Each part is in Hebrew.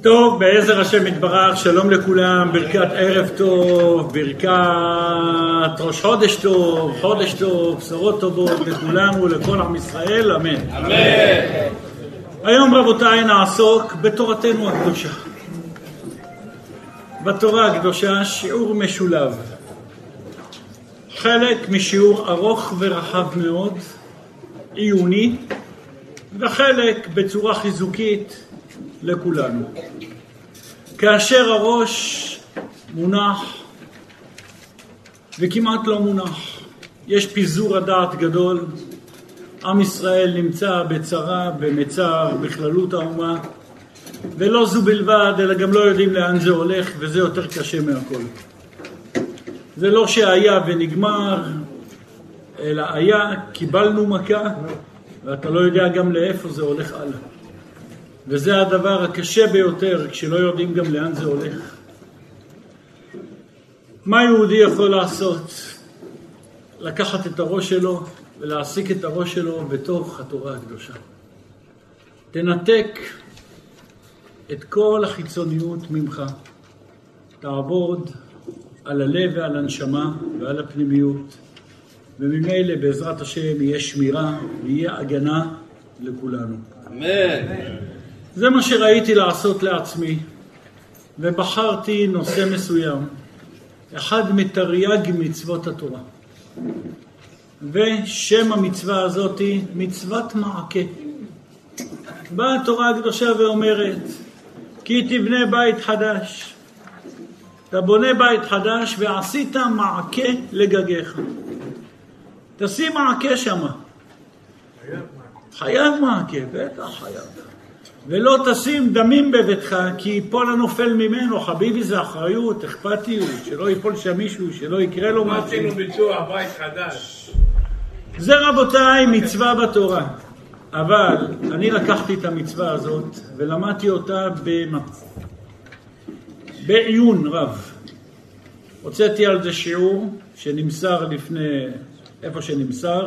טוב, בעזר השם יתברך, שלום לכולם, ברכת ערב טוב, ברכת ראש חודש טוב, חודש טוב, בשורות טובות לכולנו ולכל עם ישראל, אמן. אמן. היום רבותיי נעסוק בתורתנו הקדושה. בתורה הקדושה שיעור משולב. חלק משיעור ארוך ורחב מאוד, עיוני, וחלק בצורה חיזוקית לכולנו. כאשר הראש מונח וכמעט לא מונח, יש פיזור הדעת גדול, עם ישראל נמצא בצרה, במצר, בכללות האומה, ולא זו בלבד, אלא גם לא יודעים לאן זה הולך, וזה יותר קשה מהכל. זה לא שהיה ונגמר, אלא היה, קיבלנו מכה, ואתה לא יודע גם לאיפה זה הולך הלאה. וזה הדבר הקשה ביותר, כשלא יודעים גם לאן זה הולך. מה יהודי יכול לעשות? לקחת את הראש שלו ולהעסיק את הראש שלו בתוך התורה הקדושה. תנתק את כל החיצוניות ממך. תעבוד על הלב ועל הנשמה ועל הפנימיות. וממילא בעזרת השם יהיה שמירה ויהיה הגנה לכולנו. אמן. זה מה שראיתי לעשות לעצמי, ובחרתי נושא מסוים, אחד מתרי"ג מצוות התורה. ושם המצווה הזאת היא מצוות מעקה. באה התורה הקדושה ואומרת, כי תבנה בית חדש. אתה בונה בית חדש ועשית מעקה לגגיך. תשים מעקה שמה. חייב מעקה, בטח חייב. ולא תשים דמים בביתך, כי ייפול הנופל ממנו. חביבי, זה אחריות, אכפתיות, שלא ייפול שם מישהו, שלא יקרה לו משהו. מה עשינו ביצוע בית חדש? זה רבותיי מצווה בתורה. אבל אני לקחתי את המצווה הזאת ולמדתי אותה בעיון רב. הוצאתי על זה שיעור שנמסר לפני איפה שנמסר,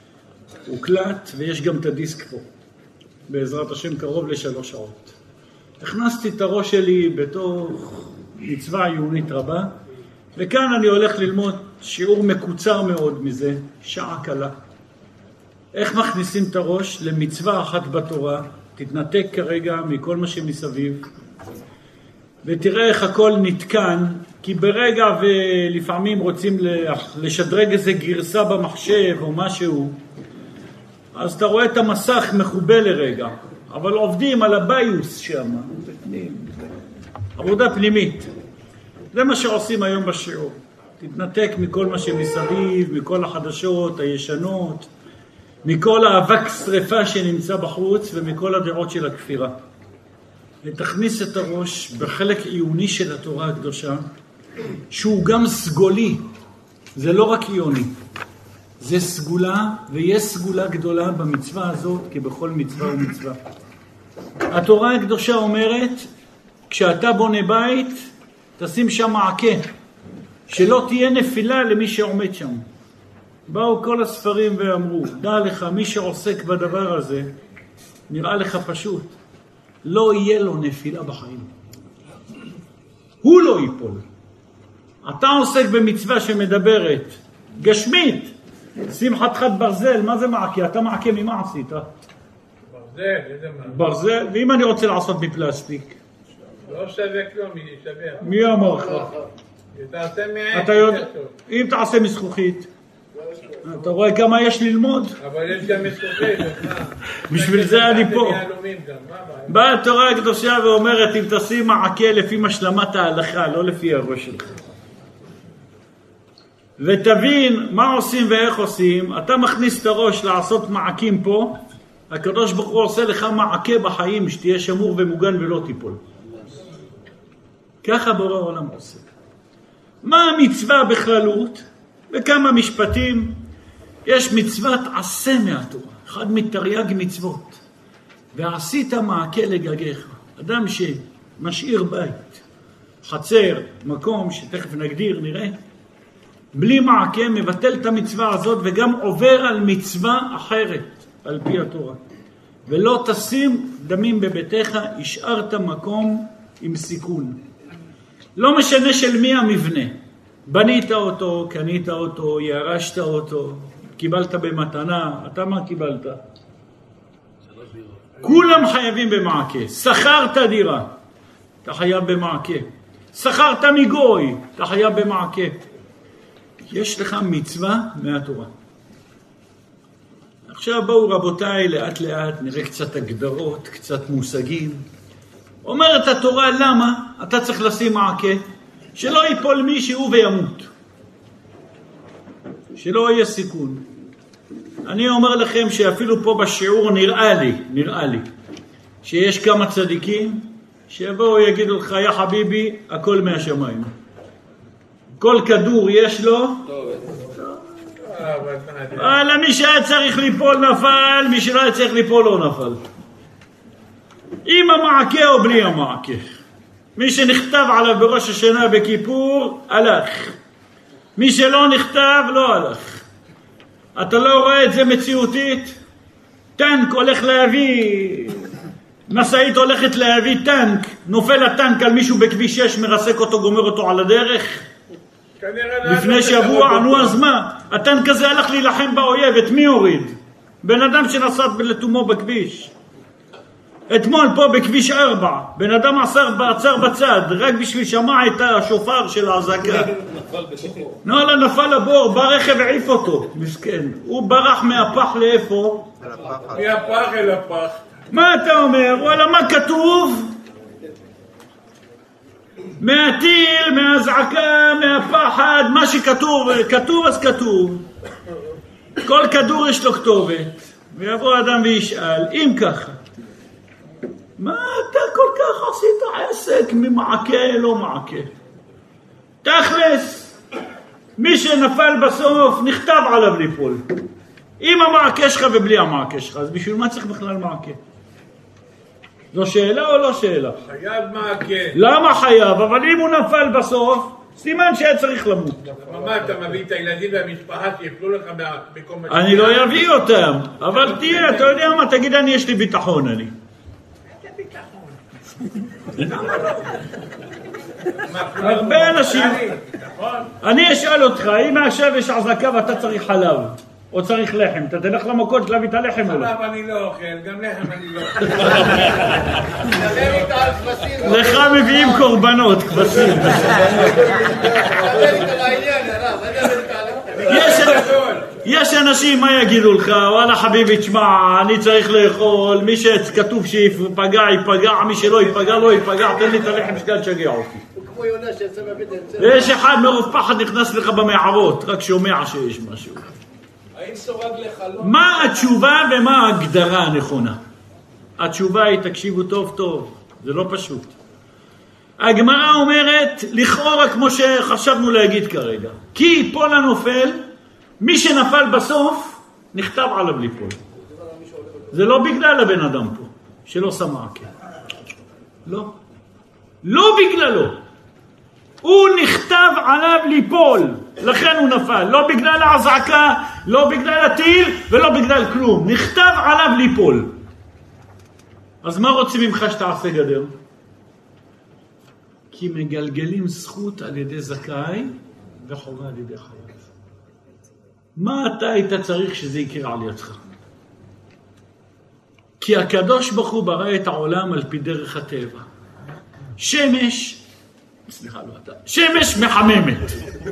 הוקלט, ויש גם את הדיסק פה. בעזרת השם קרוב ל3 שעות. הכנסתי את הראש שלי בתוך מצווה עיונית רבה, וכאן אני הולך ללמוד שיעור מקוצר מאוד מזה, שעה קלה. איך מכניסים את הראש למצווה אחת בתורה, תתנתק כרגע מכל מה שמסביב, ותראה איך הכל נתקן, כי ברגע ולפעמים רוצים לשדרג איזה גרסה במחשב או משהו, אז אתה רואה את המסך מחובל לרגע, אבל עובדים על הביוס שם, עבודה פנימית. זה מה שעושים היום בשיעור. תתנתק מכל מה שמסביב, מכל החדשות, הישנות, מכל האבק שריפה שנמצא בחוץ ומכל הדעות של הכפירה. ותכניס את הראש בחלק עיוני של התורה הקדושה, שהוא גם סגולי, זה לא רק עיוני. זה סגולה, ויש סגולה גדולה במצווה הזאת, כבכל מצווה ומצווה. התורה הקדושה אומרת, כשאתה בונה בית, תשים שם מעקה, שלא תהיה נפילה למי שעומד שם. באו כל הספרים ואמרו, דע לך, מי שעוסק בדבר הזה, נראה לך פשוט, לא יהיה לו נפילה בחיים. הוא לא ייפול. אתה עוסק במצווה שמדברת, גשמית, שים חתיכת ברזל, מה זה מעקה? אתה מעקה ממה עשית? ברזל, איזה מה? ברזל, ואם אני רוצה לעשות מפלסטיק? לא שווה כלום, ישבר. מי אמר לך? תעשה מעט. אם תעשה מזכוכית, אתה רואה כמה יש ללמוד? אבל יש גם מזכוכית. בשביל זה אני פה. באה התורה הקדושה ואומרת, אם תשים מעקה לפי משלמת ההלכה, לא לפי הראש שלך. ותבין מה עושים ואיך עושים. אתה מכניס את הראש לעשות מעקים פה, הקדוש ברוך הוא עושה לך מעקה בחיים, שתהיה שמור ומוגן ולא תיפול. ככה בורא העולם עושה. מה המצווה בכללות? בכמה משפטים. יש מצוות עשה מהתורה, אחד מתרי"ג מצוות. ועשית מעקה לגגיך. אדם שמשאיר בית, חצר, מקום שתכף נגדיר, נראה, בלי מעקה מבטל את המצווה הזאת וגם עובר על מצווה אחרת על פי התורה. ולא תשים דמים בביתך, השארת מקום עם סיכון. לא משנה של מי המבנה. בנית אותו, קנית אותו, ירשת אותו, קיבלת במתנה, אתה מה קיבלת? כולם חייבים במעקה. שכרת דירה, אתה חייב במעקה. שכרת מגוי, אתה חייב במעקה. יש לך מצווה מהתורה. עכשיו בואו רבותיי, לאט לאט נראה קצת הגדרות, קצת מושגים. אומרת התורה, למה אתה צריך לשים מעקה? שלא ייפול מישהו וימות. שלא יהיה סיכון. אני אומר לכם שאפילו פה בשיעור נראה לי, שיש כמה צדיקים שיבואו יגידו לך, יא חביבי, הכל מהשמיים. כל כדור יש לו. אבל מי שהיה צריך ליפול נפל, מי שלא היה צריך ליפול לא נפל. עם המעקה או בלי המעקה. מי שנכתב עליו בראש השנה בכיפור, הלך. מי שלא נכתב, לא הלך. אתה לא רואה את זה מציאותית? טנק הולך להביא, מסעית הולכת להביא טנק, נופל הטנק על מישהו בכביש 6, מרסק אותו, גומר אותו על הדרך. לפני שבוע, נו אז מה? הטנק הזה הלך להילחם באויב, את מי הוריד? בן אדם שנסע לתומו בכביש. אתמול פה בכביש 4, בן אדם עצר בצד, רק בשביל שמע את השופר של ההזעקה. נפל לבור, ברכב העיף אותו, מסכן. הוא ברח מהפח לאיפה? מהפח אל הפח. מה אתה אומר? וואלה, מה כתוב? מהטיל, מהזעקה, מהפחד, מה שכתוב, כתוב אז כתוב. כל כדור יש לו כתובת. ויבוא אדם וישאל, אם ככה, מה אתה כל כך עשית עסק ממעקה לא מעקה? תכלס, מי שנפל בסוף נכתב עליו ליפול. עם המעקה שלך ובלי המעקה שלך, אז בשביל מה צריך בכלל מעקה? זו שאלה או לא שאלה? חייב מעקה. למה חייב? אבל אם הוא נפל בסוף, סימן שהיה צריך למות. מה, אתה מביא את הילדים והמשפחה שיפלו לך במקום... אני לא אביא אותם, אבל תהיה, אתה יודע מה? תגיד, יש לי ביטחון, אני. הרבה אנשים. אני אשאל אותך, אם עכשיו יש עזקה ואתה צריך חלב או צריך לחם, אתה תלך למכולת להביא את הלחם או לא? חלב אני לא אוכל, גם לחם אני לא אוכל. דבר איתה על כבשים. לך מביאים קורבנות, כבשים. דבר איתה לעניין, הרב, דבר איתה על... יש אנשים, מה יגידו לך? וואלה חביבי, תשמע, אני צריך לאכול, מי שכתוב שיפגע, ייפגע, מי שלא ייפגע, לא ייפגע, תן לי את הלחם שכאן שגע אותי. כמו יונה שיצא מהבטן. ויש אחד מרוב פחד נכנס לך במערות, רק שומע שיש משהו. האם סורג לחלום? מה התשובה ומה ההגדרה הנכונה? התשובה היא, תקשיבו טוב טוב, זה לא פשוט. הגמרא אומרת, לכאורה כמו שחשבנו להגיד כרגע, כי ייפול הנופל, מי שנפל בסוף, נכתב עליו ליפול. זה לא בגלל הבן אדם פה, שלא שמה עקה. לא. לא בגללו. הוא נכתב עליו ליפול, לכן הוא נפל. לא בגלל ההזעקה, לא בגלל הטיל, ולא בגלל כלום. נכתב עליו ליפול. אז מה רוצים ממך שתעשה גדר? כי מגלגלים זכות על ידי זכאי וחובה על ידי חייב. מה אתה היית צריך שזה יקרה על ידך? כי הקדוש ברוך הוא ברא את העולם על פי דרך הטבע. שמש, שמש מחממת.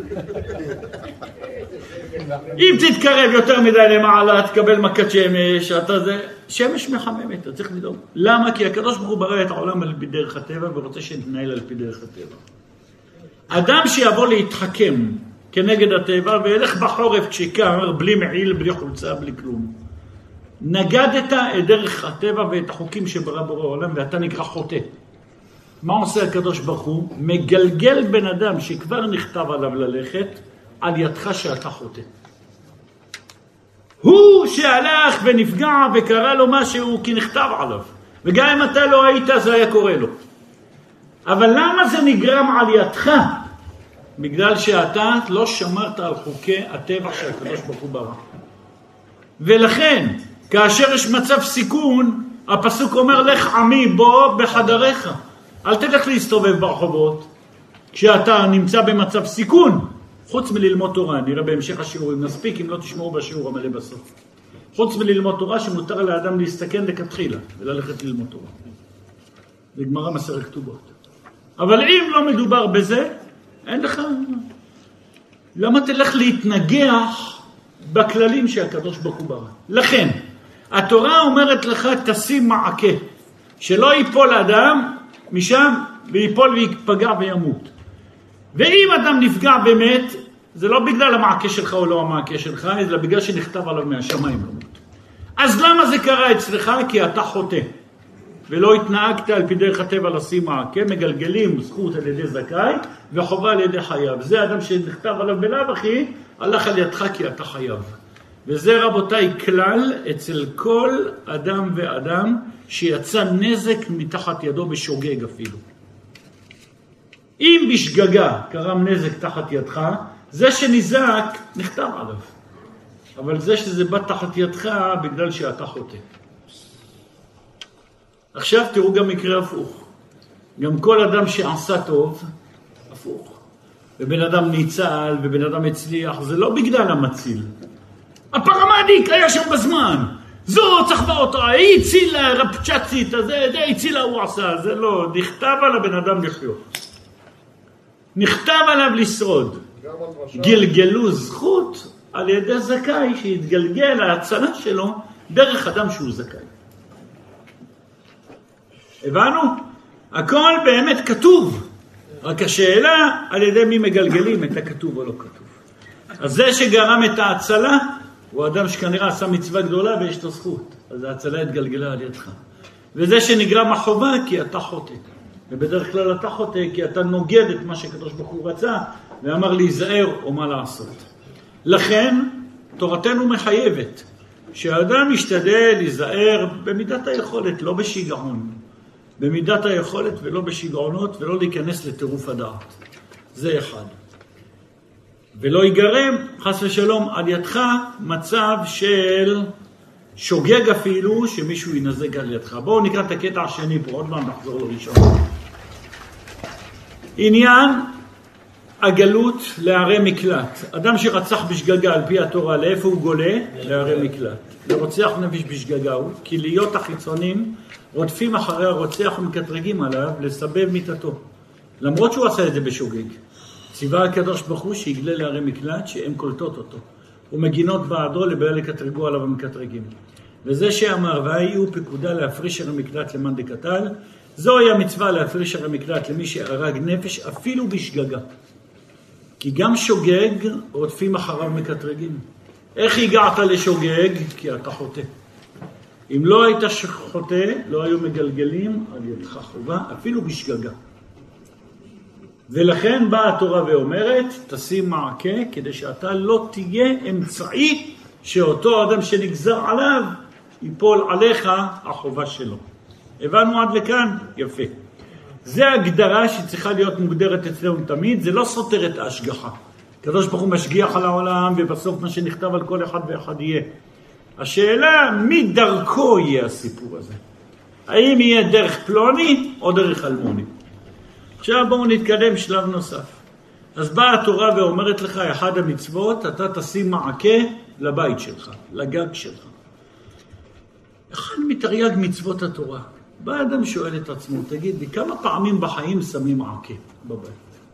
אם תתקרב יותר מדי למעלה, תקבל מכת שמש, שמש מחממת, אתה צריך לדאוג. למה? כי הקדוש ברוך הוא ברא את העולם על פי דרך הטבע, ורוצה שנתנהל על פי דרך הטבע. אדם שיבוא להתחכם כנגד הטבע, וילך בחורף כשקר, בלי מעיל, בלי חולצה, בלי כלום. נגדת את דרך הטבע ואת החוקים שברא בורא העולם, ואתה נקרא חוטא. מה עושה הקדוש ברוך הוא? מגלגל בן אדם שכבר נכתב עליו ללכת, על ידך שאתה חוטא. הוא שהלך ונפגע וקרא לו משהו כי נכתב עליו. וגם אם אתה לא היית, זה היה קורה לו. אבל למה זה נגרם על ידך? בגלל שאתה לא שמרת על חוקי הטבע שהקדוש ברוך הוא ברא. ולכן, כאשר יש מצב סיכון, הפסוק אומר, לך עמי בוא בחדריך. אל תלך להסתובב ברחובות כשאתה נמצא במצב סיכון, חוץ מללמוד תורה. נראה בהמשך השיעורים, נספיק אם לא תשמעו בשיעור המלא בסוף. חוץ מללמוד תורה שמותר לאדם להסתכן לכתחילה וללכת ללמוד תורה. זה גמרא מסכת כתובות. אבל אם לא מדובר בזה, אין לך... למה תלך להתנגח בכללים שהקדוש ברוך הוא ברא? לכן, התורה אומרת לך תשים מעקה, שלא ייפול אדם משם ויפול ויפגע וימות. ואם אדם נפגע באמת, זה לא בגלל המעקה שלך או לא המעקה שלך, אלא בגלל שנכתב עליו מהשמיים לא מות. אז למה זה קרה אצלך? כי אתה חוטא. ולא התנהגת על פי דרך הטבע לשים מעקה, מגלגלים זכות על ידי זכאי וחובה על ידי חייב. זה אדם שנכתב עליו בלאו הכי, הלך על ידך כי אתה חייב. וזה רבותיי כלל אצל כל אדם ואדם שיצא נזק מתחת ידו בשוגג אפילו. אם בשגגה קרם נזק תחת ידך, זה שנזק נכתב עליו. אבל זה שזה בא תחת ידך בגלל שאתה חוטא. עכשיו תראו גם מקרה הפוך. גם כל אדם שעשה טוב, הפוך. ובן אדם ניצל ובן אדם הצליח, זה לא בגלל המציל. הפרמדיק היה שם בזמן. זו צחבה אותה, היא הצילה רפצ'צית, זה הצילה הוא עשה. זה לא, נכתב על הבן אדם לחיות. נכתב עליו לשרוד. גלגלו זכות על ידי זכאי שהתגלגל ההצלה שלו דרך אדם שהוא זכאי. הבנו? הכל באמת כתוב. רק השאלה על ידי מי מגלגלים את הכתוב או לא כתוב. אז זה שגרם את ההצלה הוא אדם שכנראה עשה מצווה גדולה ויש לו זכות. אז ההצלה התגלגלה על ידך. וזה שנגרם החובה כי אתה חוטא. ובדרך כלל אתה חוטא כי אתה נוגד את מה שקדוש ברוך הוא רצה ואמר להיזהר או מה לעשות. לכן תורתנו מחייבת שהאדם ישתדל להיזהר במידת היכולת, לא בשיגעון. במידת היכולת ולא בשיגעונות ולא להיכנס לטירוף הדעת. זה אחד. ולא ייגרם חס ושלום על ידך מצב של שוגג אפילו שמישהו ינזק על ידך. בואו נקרא את הקטע השני פה, עוד פעם נחזור לראשון. עניין הגלות לערי מקלט. אדם שרצח בשגגה על פי התורה, לאיפה הוא גולה? לערי מקלט. לרוצח נפש בשגגה הוא, כי להיות החיצונים רודפים אחרי הרוצח ומקטרגים עליו לסבב מיטתו. למרות שהוא עשה את זה בשוגג. ציווה הקדוש ברוך הוא שיגלה לערי מקלט שהן קולטות אותו. ומגינות בעדו לבעל לקטרגו עליו ומקטרגים. וזה שאמר, והיו פקודה להפריש ערי מקלט למאן דקטל, זוהי המצווה להפריש ערי מקלט למי שהרג נפש אפילו בשגגה. כי גם שוגג רודפים אחריו מקטרגים. איך הגעת לשוגג? כי אתה חוטא. אם לא היית חוטא, לא היו מגלגלים על ידך חובה, אפילו בשגגה. ולכן באה התורה ואומרת, תשים מעקה, כדי שאתה לא תהיה אמצעי שאותו אדם שנגזר עליו, ייפול עליך החובה שלו. הבנו עד לכאן? יפה. זה הגדרה שצריכה להיות מוגדרת אצלנו תמיד, זה לא סותר את ההשגחה. הקדוש ברוך הוא משגיח על העולם, ובסוף מה שנכתב על כל אחד ואחד יהיה. השאלה, מי דרכו יהיה הסיפור הזה? האם יהיה דרך פלוני או דרך אלמוני? עכשיו בואו נתקדם שלב נוסף. אז באה התורה ואומרת לך, אחד המצוות, אתה תשים מעקה לבית שלך, לגג שלך. אחד מתרי"ג מצוות התורה. בא אדם שואל את עצמו, תגיד לי, כמה פעמים בחיים שמים מעקה בבית?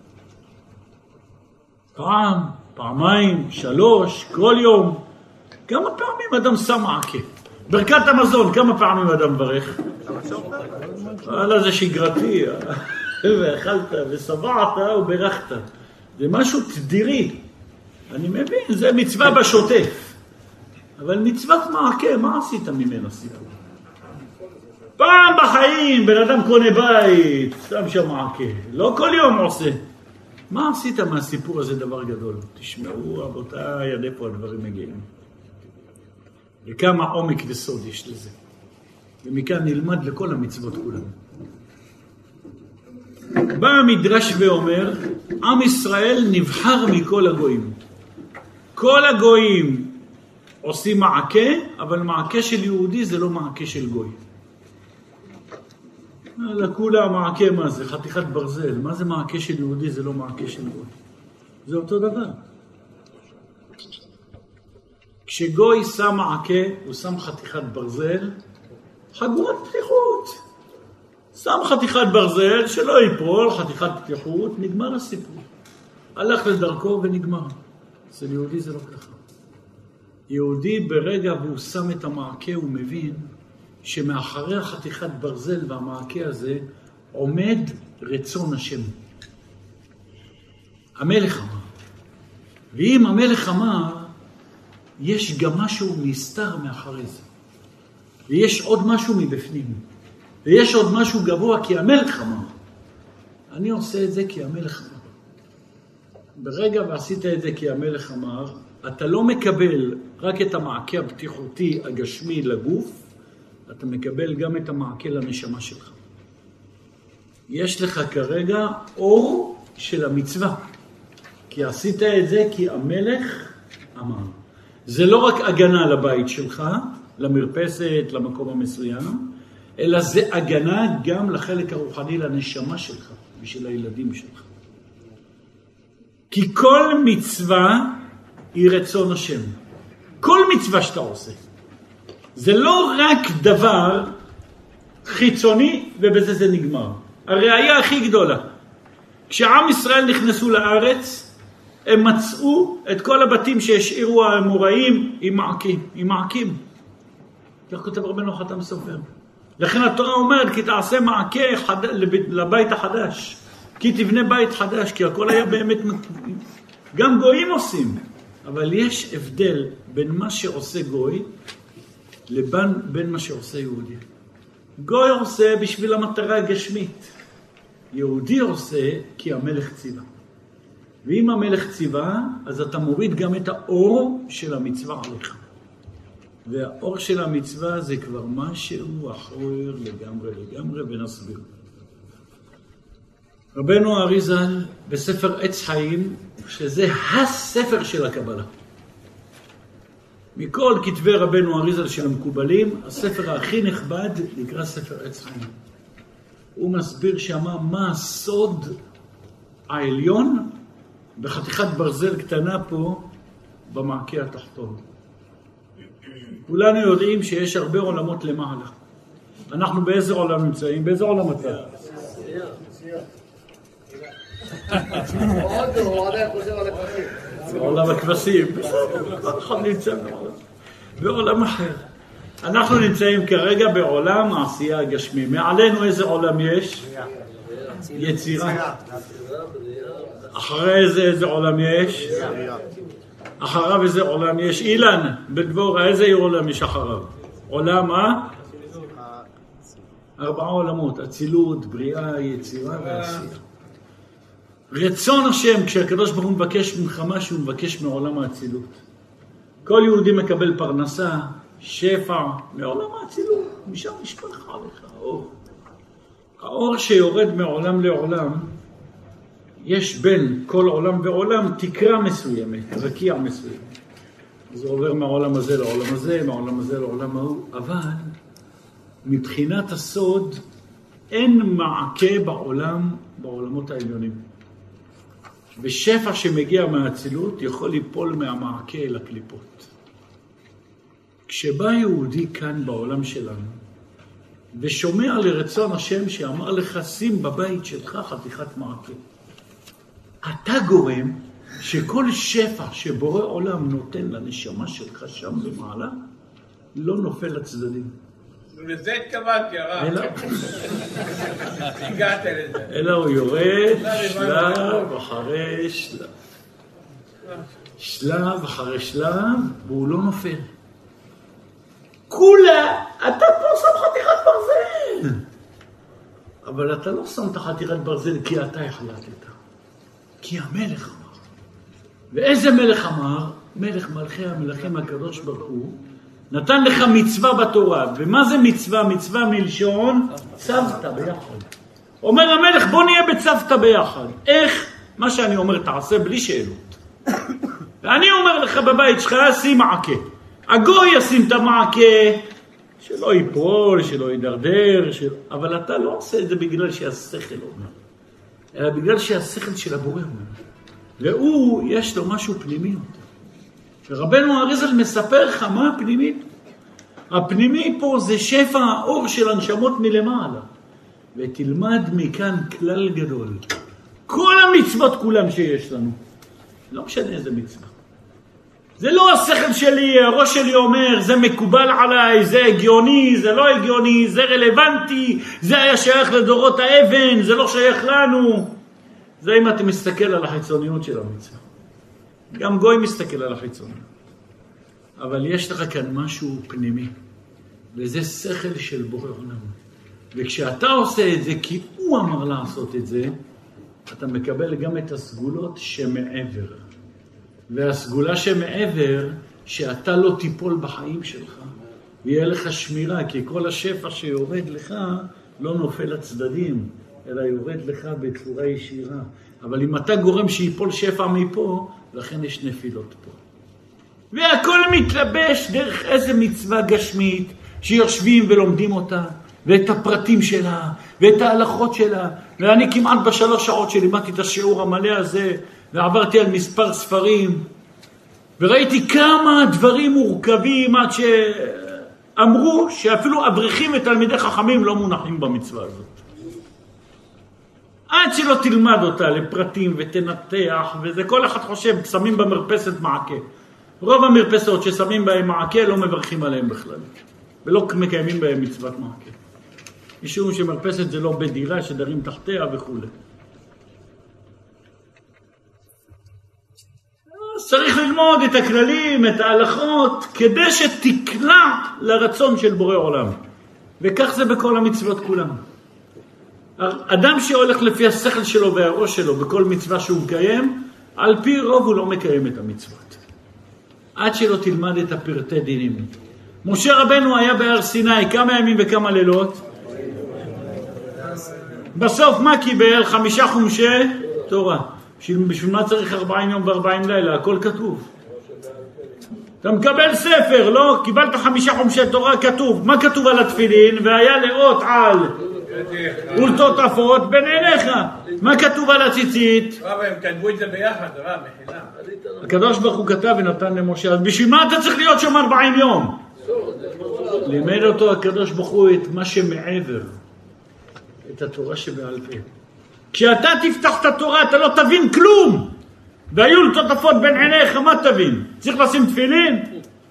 פעם, פעמיים, 3, כל יום. כמה פעמים אדם שם מעקה? ברכת המזון, כמה פעמים אדם ברך? וואלה, זה שגרתי. ואכלת ושבעת וברכת. זה משהו תדירי. אני מבין, זה מצווה בשוטף. אבל מצוות מעקה, מה עשית ממנה סיפור? פעם בחיים בן אדם קונה בית, שם שם מעקה. לא כל יום עושה. מה עשית מהסיפור הזה דבר גדול? תשמעו רבותיי, עד איפה הדברים מגיעים. וכמה עומק וסוד יש לזה. ומכאן נלמד לכל המצוות כולם. בא המדרש ואומר, עם ישראל נבחר מכל הגויים. כל הגויים עושים מעקה, אבל מעקה של יהודי זה לא מעקה של גוי. לכולה מעקה מה זה? חתיכת ברזל. מה זה מעקה של יהודי? זה לא מעקה של גוי. זה אותו דבר. כשגוי שם מעקה, הוא שם חתיכת ברזל, חגורת פתיחות. שם חתיכת ברזל, שלא ייפול, חתיכת פתיחות, נגמר הסיפור. הלך לדרכו ונגמר. אצל יהודי זה לא ככה. יהודי ברגע והוא שם את המעקה, הוא מבין שמאחרי החתיכת ברזל והמעקה הזה עומד רצון השם. המלך אמר. ואם המלך אמר, יש גם משהו נסתר מאחרי זה. ויש עוד משהו מבפנים. ויש עוד משהו גבוה כי המלך אמר. אני עושה את זה כי המלך אמר. ברגע ועשית את זה כי המלך אמר, אתה לא מקבל רק את המעקה הבטיחותי הגשמי לגוף, אתה מקבל גם את המעקה לנשמה שלך. יש לך כרגע אור של המצווה. כי עשית את זה כי המלך אמר. זה לא רק הגנה לבית שלך, למרפסת, למקום המסוים, אלא זה הגנה גם לחלק הרוחני, לנשמה שלך ושל הילדים שלך. כי כל מצווה היא רצון השם. כל מצווה שאתה עושה. זה לא רק דבר חיצוני ובזה זה נגמר. הראיה הכי גדולה. כשעם ישראל נכנסו לארץ, הם מצאו את כל הבתים שהשאירו האמוראים עם מעקים. כך כותב רבנו חתם סופר. לכן התורה אומרת, כי תעשה מעקה לבית החדש. כי תבנה בית חדש, כי הכל היה באמת... גם גויים עושים. אבל יש הבדל בין מה שעושה גוי, לבין מה שעושה יהודי. גוי עושה בשביל המטרה הגשמית. יהודי עושה כי המלך ציווה. ואם המלך ציווה, אז אתה מוריד גם את האור של המצווה עליך. והאור של המצווה זה כבר משהו אחר לגמרי, ונסביר. רבנו אריזל בספר עץ חיים, שזה הספר של הקבלה. מכל כתבי רבנו אריזל של המקובלים, הספר הכי נכבד נקרא ספר עץ חיים. הוא מסביר שמה מה הסוד העליון בחתיכת ברזל קטנה פה במעקה התחתון. כולנו יודעים שיש הרבה עולמות למעלה. אנחנו באיזה עולם נמצאים? באיזה עולם אתה? בעולם הכבשים. אנחנו נמצאים בעולם אחר. אנחנו נמצאים כרגע בעולם העשייה הגשמי. מעלינו איזה עולם יש? יצירה. אחרי איזה עולם יש? אחריו איזה עולם יש? אילן, בדבורה, איזה עולם יש אחריו? עולם מה? 4 עולמות, אצילות, בריאה, יצירה ועשייה. רצון השם, כשהקדוש ברוך הוא מבקש ממך משהו, הוא מבקש מעולם האצילות. כל יהודי מקבל פרנסה, שפע, מעולם האצילות, משם נשפך עליך האור. האור שיורד מעולם לעולם, יש בין כל עולם ועולם תקרה מסוימת, רקיע מסוים. זה עובר מהעולם הזה לעולם הזה, מהעולם הזה לעולם ההוא, אבל מבחינת הסוד אין מעקה בעולמות העליונים. ושפע שמגיע מהאצילות יכול ליפול מהמעקה אל הקליפות. כשבא יהודי כאן בעולם שלנו, ושומע לרצון השם שאמר לך, שים בבית שלך חתיכת מעקה. אתה גורם שכל שפע שבורא עולם נותן לנשמה שלך שם למעלה, לא נופל לצדדים. לזה התכוונתי, הרב. הגעת לזה. אלא הוא יורד שלב אחרי שלב. שלב אחרי שלב, והוא לא נופל. כולה, אתה פה שם חתיכת ברזל. אבל אתה לא שם את חתיכת ברזל כי אתה החלטת. כי המלך אמר. ואיזה מלך אמר? מלך מלכי המלכים הקדוש ברוך הוא, נתן לך מצווה בתורה. ומה זה מצווה? מצווה מלשון צוותא ביחד. אומר המלך, בוא נהיה בצוותא ביחד. איך? מה שאני אומר תעשה בלי שאלות. ואני אומר לך בבית שלך, שים מעקה. הגוי ישים את המעקה שלא ייפול, שלא יידרדר, אבל אתה לא עושה את זה בגלל שהשכל אומר, אלא בגלל שהשכל של הבורא אומר. והוא, יש לו משהו פנימי יותר. ורבנו אריזל מספר לך מה הפנימי. הפנימי פה זה שפע האור של הנשמות מלמעלה. ותלמד מכאן כלל גדול. כל המצוות כולם שיש לנו. לא משנה איזה מצווה. זה לא השכל שלי, הראש שלי אומר, זה מקובל עליי, זה הגיוני, זה לא הגיוני, זה רלוונטי, זה היה שייך לדורות האבן, זה לא שייך לנו. זה אם אתה מסתכל על החיצוניות של המצווה. גם גוי מסתכל על החיצוניות. אבל יש לך כאן משהו פנימי, וזה שכל של בורא עולם. וכשאתה עושה את זה, כי הוא אמר לעשות את זה, אתה מקבל גם את הסגולות שמעבר. והסגולה שמעבר, שאתה לא תיפול בחיים שלך, ויהיה לך שמירה, כי כל השפע שיורד לך לא נופל לצדדים, אלא יורד לך בצורה ישירה. אבל אם אתה גורם שיפול שפע מפה, לכן יש נפילות פה. והכל מתלבש דרך איזה מצווה גשמית, שיושבים ולומדים אותה, ואת הפרטים שלה, ואת ההלכות שלה. ואני כמעט ב3 שעות שלימדתי את השיעור המלא הזה, ועברתי על מספר ספרים, וראיתי כמה דברים מורכבים, עד שאמרו שאפילו אברכים ותלמידי חכמים לא מונחים במצווה הזאת. עד שלא תלמד אותה לפרטים ותנתח, וזה כל אחד חושב, שמים במרפסת מעקה. רוב המרפסות ששמים בהם מעקה לא מברכים עליהם בכלל, ולא מקיימים בהם מצוות מעקה. משום שמרפסת זה לא בדירה שדרים תחתיה וכו'. אז צריך ללמוד את הכללים, את ההלכות, כדי שתקלע לרצון של בורא עולם. וכך זה בכל המצוות כולם. אדם שהולך לפי השכל שלו והראש שלו בכל מצווה שהוא מקיים, על פי רוב הוא לא מקיים את המצוות. עד שלא תלמד את הפרטי דינים. משה רבנו היה בהר סיני כמה ימים וכמה לילות. בסוף מה קיבל? 5 חומשי תורה. בשביל מה צריך 40 יום ו40 לילה? הכל כתוב. אתה מקבל ספר, לא? קיבלת 5 חומשי תורה, כתוב. מה כתוב על התפילין? והיה לאות על ולטות אפות בין עיניך. מה כתוב על הציצית? רב, הם כתבו את זה ביחד, רב, מחילה. הקדוש ברוך הוא כתב ונתן למשה. אז בשביל מה אתה צריך להיות שם 40 יום? לימד אותו הקדוש ברוך הוא את מה שמעבר, את התורה שבעל פה. כשאתה תפתח את התורה אתה לא תבין כלום, והיו לטוטפות בין עיניך, מה תבין? צריך לשים תפילין?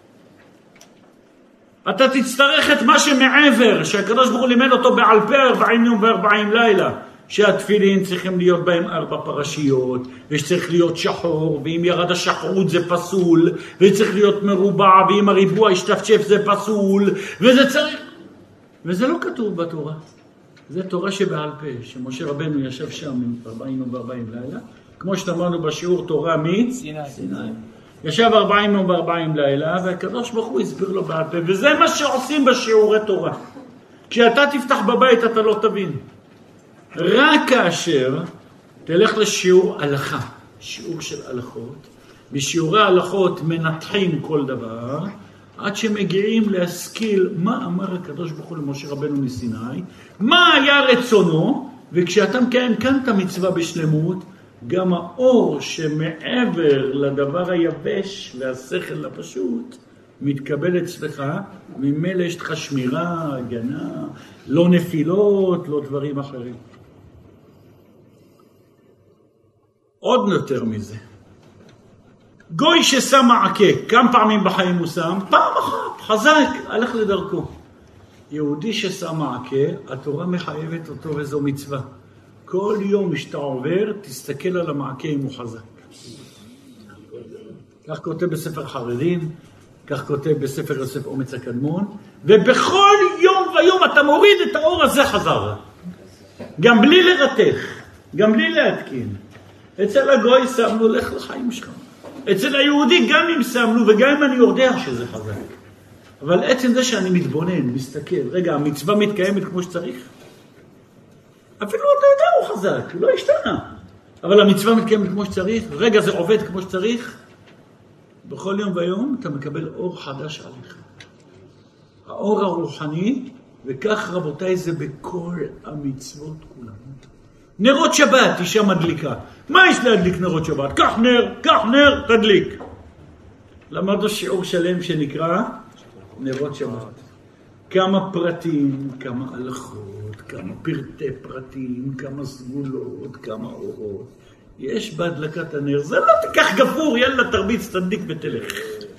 אתה תצטרך את מה שמעבר, שהקדוש ברוך הוא לימד אותו בעל פה 40 יום ו40 לילה, שהתפילין צריכים להיות בהם 4 פרשיות, ושצריך להיות שחור, ואם ירד השחרות זה פסול, וצריך להיות מרובע, ואם הריבוע השתפשף זה פסול, וזה צריך... וזה לא כתוב בתורה. זה תורה שבעל פה, שמשה רבנו ישב שם 40 יום ו40 לילה, כמו שאמרנו בשיעור תורה סיני. ישב 40 יום ו40 לילה, והקדוש ברוך הוא הסביר לו בעל פה, וזה מה שעושים בשיעורי תורה. כשאתה תפתח בבית אתה לא תבין. רק כאשר תלך לשיעור הלכה, שיעור של הלכות, בשיעורי ההלכות מנתחים כל דבר, עד שמגיעים להשכיל מה אמר הקדוש ברוך הוא למשה רבנו מסיני, מה היה רצונו, וכשאתה מקיים כאן את המצווה בשלמות, גם האור שמעבר לדבר היבש והשכל הפשוט, מתקבל אצלך, ממילא יש לך שמירה, הגנה, לא נפילות, לא דברים אחרים. עוד יותר מזה. גוי ששם מעקה, כמה פעמים בחיים הוא שם? פעם אחת, חזק, הלך לדרכו. יהודי ששם מעקה, התורה מחייבת אותו וזו מצווה. כל יום שאתה עובר, תסתכל על המעקה אם הוא חזק. כך כותב בספר חרדים, כך כותב בספר יוסף אומץ הקדמון, ובכל יום ויום אתה מוריד את האור הזה חזרה. גם בלי לרתך, גם בלי להתקין. אצל הגוי שמנו לך לחיים שלך. אצל היהודי גם אם שמנו וגם אם אני יודע שזה חזק. אבל עצם זה שאני מתבונן, מסתכל, רגע, המצווה מתקיימת כמו שצריך? אפילו אתה יודע הוא חזק, לא השתנה. אבל המצווה מתקיימת כמו שצריך, רגע זה עובד כמו שצריך. בכל יום ויום אתה מקבל אור חדש עליך. האור הרוחני, וכך רבותיי זה בכל המצוות כולם. נרות שבת, אישה מדליקה. מה יש להדליק נרות שבת? קח נר, תדליק. למדנו שיעור שלם שנקרא נרות שבת. כמה פרטים, כמה הלכות, כמה פרטי פרטים, כמה סגולות, כמה אורות. יש בהדלקת הנר, זה לא תיקח גפור, יאללה תרביץ, תדליק ותלך.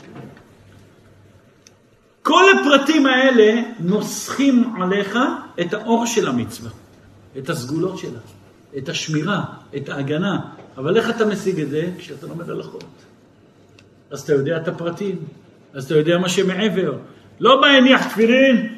כל הפרטים האלה נוסחים עליך את האור של המצווה, את הסגולות שלה, את השמירה, את ההגנה. אבל איך אתה משיג את זה? כשאתה לומד הלכות. אז אתה יודע את הפרטים, אז אתה יודע מה שמעבר. לא בא הניח תפילין,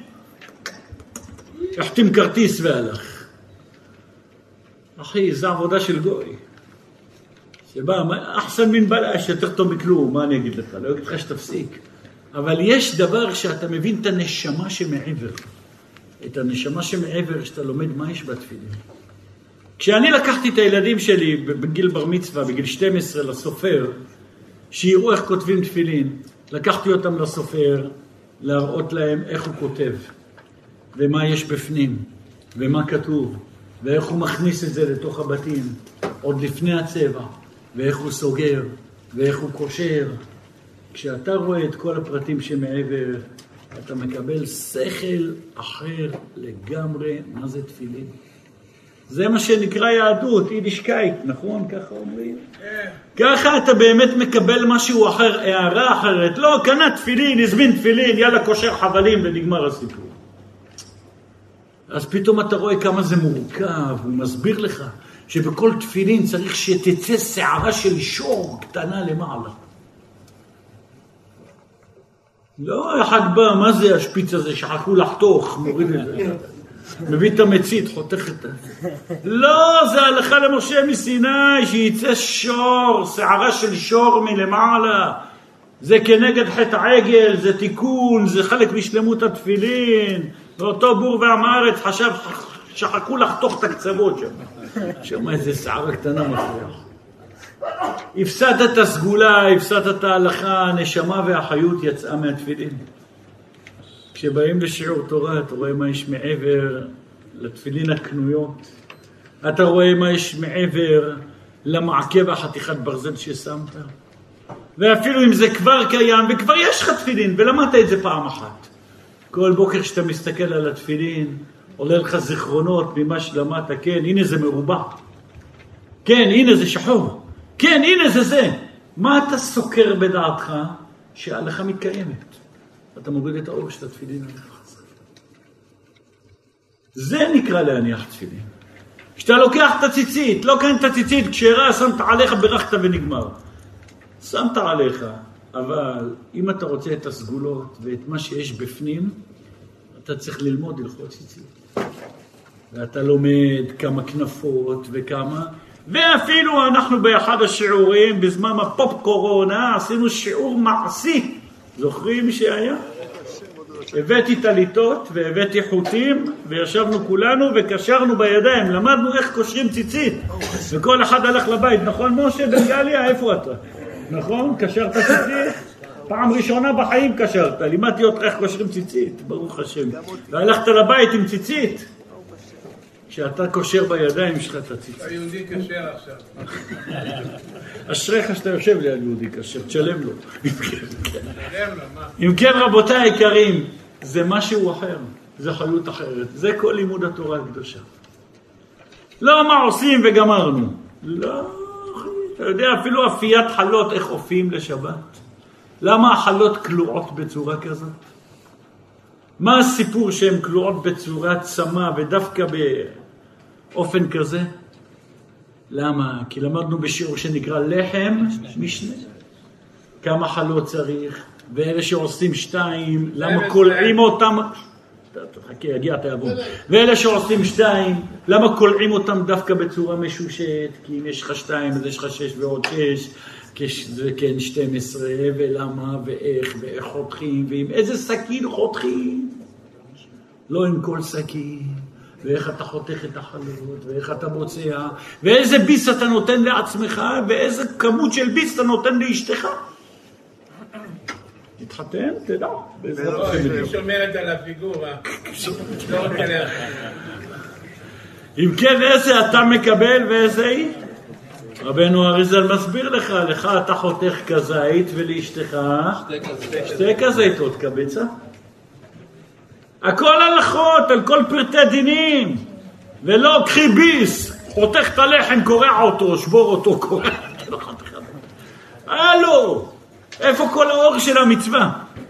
החתים כרטיס והלך. אחי, זו עבודה של גוי. שבא, אחסן מן בלש, יותר טוב מכלום, מה אני אגיד לך? לא אגיד לך שתפסיק. אבל יש דבר שאתה מבין את הנשמה שמעבר. את הנשמה שמעבר שאתה לומד מה יש בתפילין. כשאני לקחתי את הילדים שלי בגיל בר מצווה, בגיל 12 לסופר, שיראו איך כותבים תפילין, לקחתי אותם לסופר, להראות להם איך הוא כותב, ומה יש בפנים, ומה כתוב, ואיך הוא מכניס את זה לתוך הבתים, עוד לפני הצבע, ואיך הוא סוגר, ואיך הוא קושר. כשאתה רואה את כל הפרטים שמעבר, אתה מקבל שכל אחר לגמרי מה זה תפילין. זה מה שנקרא יהדות, יידישקייט, נכון? ככה אומרים? ככה אתה באמת מקבל משהו אחר, הערה אחרת. לא, קנה תפילין, הזמין תפילין, יאללה קושר חבלים ונגמר הסיפור. אז פתאום אתה רואה כמה זה מורכב, הוא מסביר לך שבכל תפילין צריך שתצא שערה של שור קטנה למעלה. לא, אחד בא, מה זה השפיץ הזה שחכו לחתוך, מוריד את זה. מביא את המצית, חותך את זה. לא, זה הלכה למשה מסיני, שיצא שור, שערה של שור מלמעלה. זה כנגד חטא עגל, זה תיקון, זה חלק משלמות התפילין. ואותו בור ועם הארץ חשב, שחכו לחתוך את הקצוות שם. שם איזה שערה קטנה מפריח. הפסדת את הסגולה, הפסדת את ההלכה, הנשמה והחיות יצאה מהתפילין. כשבאים לשיעור תורה, אתה רואה מה יש מעבר לתפילין הקנויות. אתה רואה מה יש מעבר למעקה והחתיכת ברזל ששמת. ואפילו אם זה כבר קיים, וכבר יש לך תפילין, ולמדת את זה פעם אחת. כל בוקר שאתה מסתכל על התפילין, עולה לך זיכרונות ממה שלמדת. כן, הנה זה מרובע. כן, הנה זה שחור. כן, הנה זה. מה אתה סוקר בדעתך שההלכה מתקיימת? אתה מוריד את האור של התפילין עליך. זה נקרא להניח תפילין. כשאתה לוקח את הציצית, לא כאן את הציצית, כשהראה שמת עליך ברכת ונגמר. שמת עליך, אבל אם אתה רוצה את הסגולות ואת מה שיש בפנים, אתה צריך ללמוד הלכות ציצית. ואתה לומד כמה כנפות וכמה, ואפילו אנחנו באחד השיעורים, בזמן הפופ קורונה, עשינו שיעור מעשי. זוכרים שהיה? הבאתי טליטות והבאתי חוטים, וישבנו כולנו וקשרנו בידיים, למדנו איך קושרים ציצית, וכל אחד הלך לבית, נכון משה בן גליה, איפה אתה? נכון? קשרת ציצית? פעם ראשונה בחיים קשרת, לימדתי אותך איך קושרים ציצית, ברוך השם. והלכת לבית עם ציצית. כשאתה קושר בידיים שלך את הציצית. היהודי קשר עכשיו. אשריך שאתה יושב ליד יהודי קשר, תשלם לו. אם כן רבותיי היקרים, זה משהו אחר, זה חיות אחרת, זה כל לימוד התורה הקדושה. לא מה עושים וגמרנו. לא, אתה יודע אפילו אפיית חלות איך אופים לשבת. למה החלות כלואות בצורה כזאת? מה הסיפור שהן כלואות בצורה צמה ודווקא באופן כזה? למה? כי למדנו בשיעור שנקרא לחם משנה. כמה חלות צריך, ואלה שעושים 2, למה קולעים אותם? חכה, יגיע תיאבון. ואלה שעושים 2, למה קולעים אותם דווקא בצורה משושת? כי אם יש לך 2, אז יש לך 6 ועוד 6, זה כן 12, ולמה ואיך חותכים, ועם איזה סכין חותכים? לא עם כל סכין. ואיך אתה חותך את החלות, ואיך אתה מוצא, ואיזה ביס אתה נותן לעצמך, ואיזה כמות של ביס אתה נותן לאשתך. את תתחתן, תדע. היא שומרת על הפיגורה. לא רוצה להחליט. אם כן, איזה אתה מקבל ואיזה היא? רבנו אריזל מסביר לך אתה חותך כזית ולאשתך שתי כזיתות קבצה. הכל הלכות, על כל פרטי דינים, ולא קחי ביס, חותך את הלחם, קורע אותו, שבור אותו, קורע. הלו, איפה כל האור של המצווה?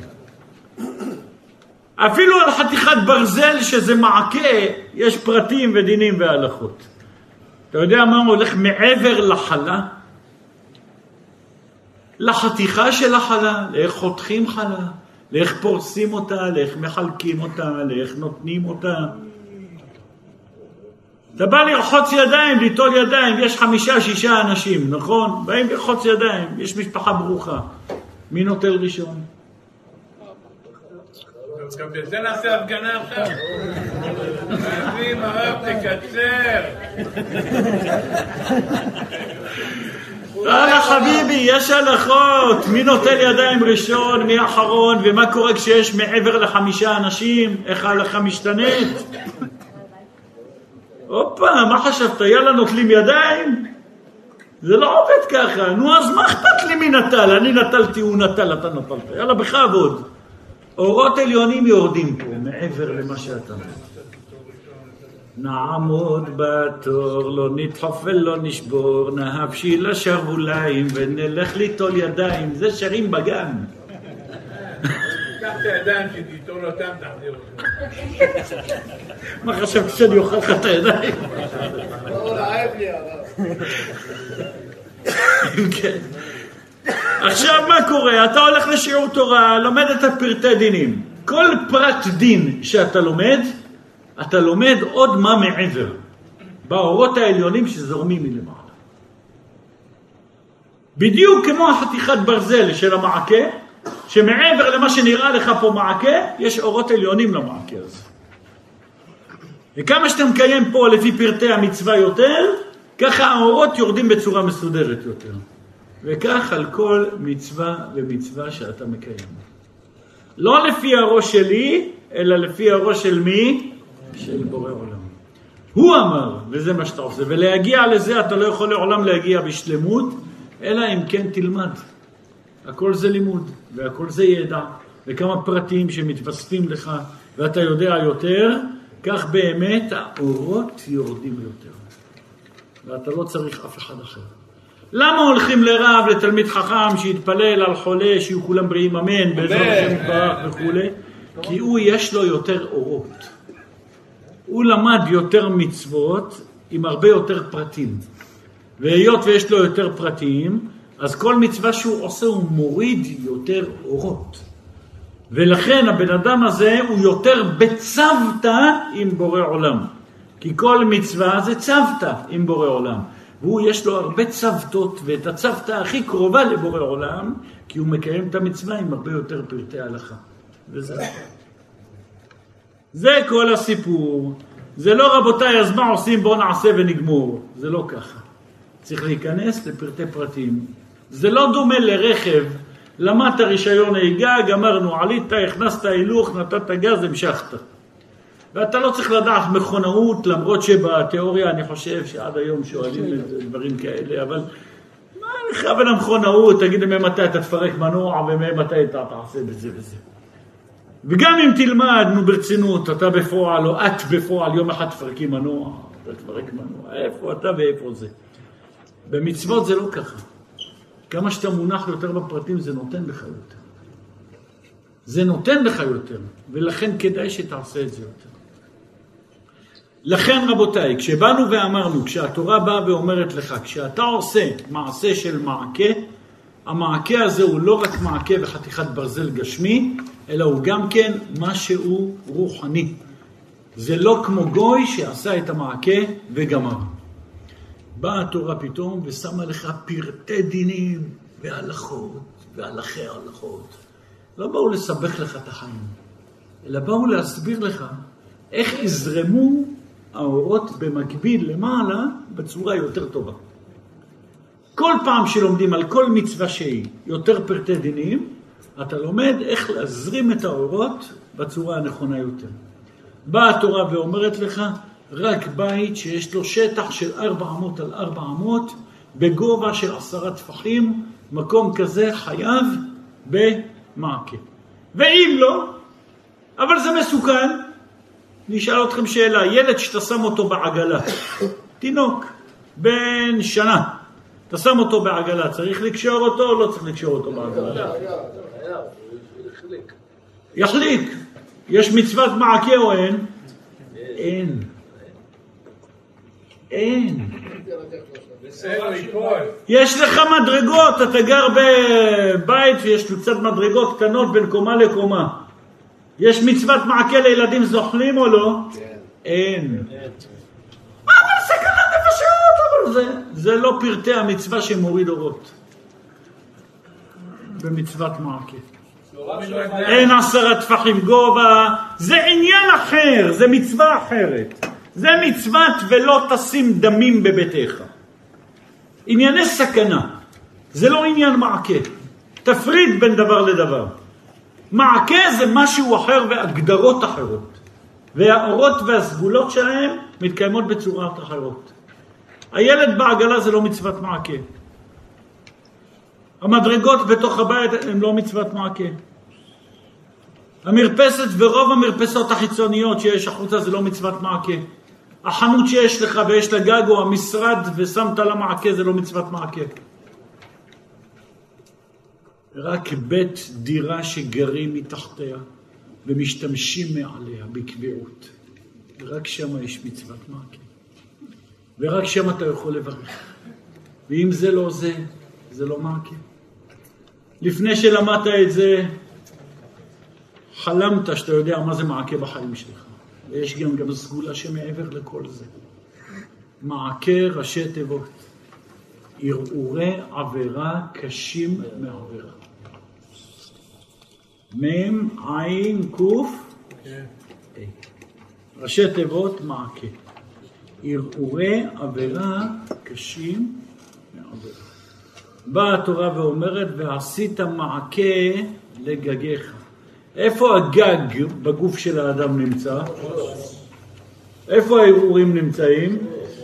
אפילו על חתיכת ברזל שזה מעקה, יש פרטים ודינים והלכות. אתה יודע מה הולך מעבר לחלה? לחתיכה של החלה, לאיך חותכים חלה, לאיך פורסים אותה, לאיך מחלקים אותה, לאיך נותנים אותה. אתה בא לרחוץ ידיים, ליטול ידיים, יש 5-6 אנשים, נכון? באים לרחוץ ידיים, יש משפחה ברוכה. מי נוטל ראשון? גם בזה נעשה הפגנה עכשיו. חייבים הרב תקצר. יאללה חביבי, יש הלכות, מי נוטל ידיים ראשון, מי אחרון, ומה קורה כשיש מעבר ל5 אנשים, איך ההלכה משתנית? הופה, מה חשבת, יאללה נוטלים ידיים? זה לא עובד ככה, נו אז מה אכפת לי מי נטל? אני נטלתי, הוא נטל, אתה נטלת, יאללה בכבוד. אורות עליונים יורדים פה, מעבר למה שאתה אומר. נעמוד בתור, לא נדחוף ולא נשבור, נהפשיל לשרבוליים ונלך ליטול ידיים, זה שרים בגן. קח את הידיים שתיטול אותם, תחזיר אותם. מה חשבת שאני אוכל לך את הידיים? לא, רעב לי הרב. כן. עכשיו מה קורה? אתה הולך לשיעור תורה, לומד את הפרטי דינים. כל פרט דין שאתה לומד, אתה לומד עוד מה מעבר. באורות העליונים שזורמים מלמעלה. בדיוק כמו החתיכת ברזל של המעקה, שמעבר למה שנראה לך פה מעקה, יש אורות עליונים למעקה הזה. וכמה שאתה מקיים פה לפי פרטי המצווה יותר, ככה האורות יורדים בצורה מסודרת יותר. וכך על כל מצווה ומצווה שאתה מקיים. לא לפי הראש שלי, אלא לפי הראש של מי? של בורא עולם. הוא אמר, וזה מה שאתה עושה. ולהגיע לזה אתה לא יכול לעולם להגיע בשלמות, אלא אם כן תלמד. הכל זה לימוד, והכל זה ידע, וכמה פרטים שמתווספים לך, ואתה יודע יותר, כך באמת האורות יורדים יותר. ואתה לא צריך אף אחד אחר. למה הולכים לרב, לתלמיד חכם, שיתפלל על חולה, שיהיו כולם בריאים אמן, בעזרת השם יתברך וכו'? כי הוא יש לו יותר אורות. הוא למד יותר מצוות עם הרבה יותר פרטים. והיות ויש לו יותר פרטים, אז כל מצווה שהוא עושה הוא מוריד יותר אורות. ולכן הבן אדם הזה הוא יותר בצוותא עם בורא עולם. כי כל מצווה זה צוותא עם בורא עולם. והוא יש לו הרבה צוותות, ואת הצוותא הכי קרובה לבורא עולם, כי הוא מקיים את המצווה עם הרבה יותר פרטי הלכה. וזה זה כל הסיפור. זה לא רבותיי, אז מה עושים? בוא נעשה ונגמור. זה לא ככה. צריך להיכנס לפרטי פרטים. זה לא דומה לרכב. למדת רישיון נהיגה, גמרנו, עלית, הכנסת הילוך, נתת גז, המשכת. ואתה לא צריך לדעת מכונאות, למרות שבתיאוריה אני חושב שעד היום שואלים דברים כאלה, אבל מה לך ולמכונאות, תגיד מתי אתה תפרק מנוע ומתי אתה תעשה בזה וזה. וגם אם תלמד, נו ברצינות, אתה בפועל או את בפועל, יום אחד תפרקי מנוע, אתה תפרק מנוע, איפה אתה ואיפה זה. במצוות זה לא ככה. כמה שאתה מונח יותר בפרטים זה נותן לך יותר. זה נותן לך יותר, ולכן כדאי שתעשה את זה יותר. לכן רבותיי, כשבאנו ואמרנו, כשהתורה באה ואומרת לך, כשאתה עושה מעשה של מעקה, המעקה הזה הוא לא רק מעקה וחתיכת ברזל גשמי, אלא הוא גם כן משהו רוחני. זה לא כמו גוי שעשה את המעקה וגמר. באה התורה פתאום ושמה לך פרטי דינים והלכות והלכי הלכות. לא באו לסבך לך את החיים, אלא באו להסביר לך איך יזרמו האורות במקביל למעלה בצורה יותר טובה. כל פעם שלומדים על כל מצווה שהיא יותר פרטי דינים, אתה לומד איך להזרים את האורות בצורה הנכונה יותר. באה התורה ואומרת לך, רק בית שיש לו שטח של 400 על 400, בגובה של 10 טפחים, מקום כזה חייב במעקה. ואם לא, אבל זה מסוכן, נשאל אתכם שאלה, ילד שאתה שם אותו בעגלה, תינוק, בן שנה, אתה שם אותו בעגלה, צריך לקשור אותו או לא צריך לקשור אותו בעגלה? יחליק. יש מצוות מעקה או אין? אין. אין. יש לך מדרגות, אתה גר בבית ויש קצת מדרגות קטנות בין קומה לקומה. יש מצוות מעקה לילדים זוכלים או לא? אין. אבל סכנת נפשות, אבל זה לא פרטי המצווה שמוריד אורות. במצוות מעקה. אין 10 טפחים גובה, זה עניין אחר, זה מצווה אחרת. זה מצוות ולא תשים דמים בביתך. ענייני סכנה, זה לא עניין מעקה. תפריד בין דבר לדבר. מעקה זה משהו אחר והגדרות אחרות. והאורות והסגולות שלהם מתקיימות בצורות אחרות. הילד בעגלה זה לא מצוות מעקה. המדרגות בתוך הבית הם לא מצוות מעקה. המרפסת ורוב המרפסות החיצוניות שיש החוצה זה לא מצוות מעקה. החנות שיש לך ויש לה גג או המשרד ושמת לה מעקה זה לא מצוות מעקה. רק בית דירה שגרים מתחתיה ומשתמשים מעליה בקביעות. רק שם יש מצוות מעקה. ורק שם אתה יכול לברך. ואם זה לא זה, זה לא מעקה. לפני שלמדת את זה, חלמת שאתה יודע מה זה מעקה בחיים שלך. ויש גם סגולה שמעבר לכל זה. מעקה ראשי תיבות. ערעורי עבירה קשים מעבירה. מם, עין, קוף, ראשי תיבות מעקה. ערעורי עבירה קשים מעבירה. באה התורה ואומרת, ועשית מעקה לגגיך. איפה הגג בגוף של האדם נמצא? איפה הערעורים נמצאים?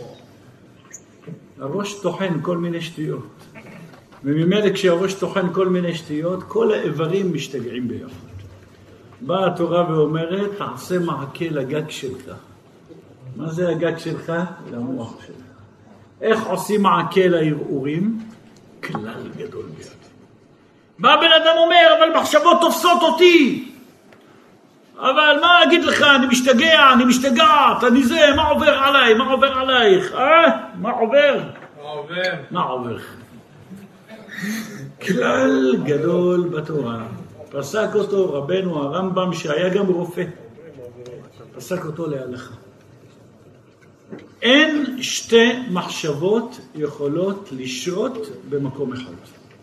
הראש טוחן כל מיני שטויות. וממילא כשהראש טוחן כל מיני שטויות, כל האיברים משתגעים ביחד. באה התורה ואומרת, תעשה מעקה לגג שלך. מה זה הגג שלך? למוח שלך. איך עושים מעקה לערעורים? כלל גדול ביד. בא בן אדם אומר, אבל מחשבות תופסות אותי. אבל מה אגיד לך, אני משתגע, אני משתגעת, אני זה, מה עובר עליי, מה עובר עלייך? מה עובר? מה עובר? כלל גדול בתורה. פסק אותו רבנו הרמב"ם שהיה גם רופא. פסק אותו להלכה. אין שתי מחשבות יכולות לשרות במקום אחד.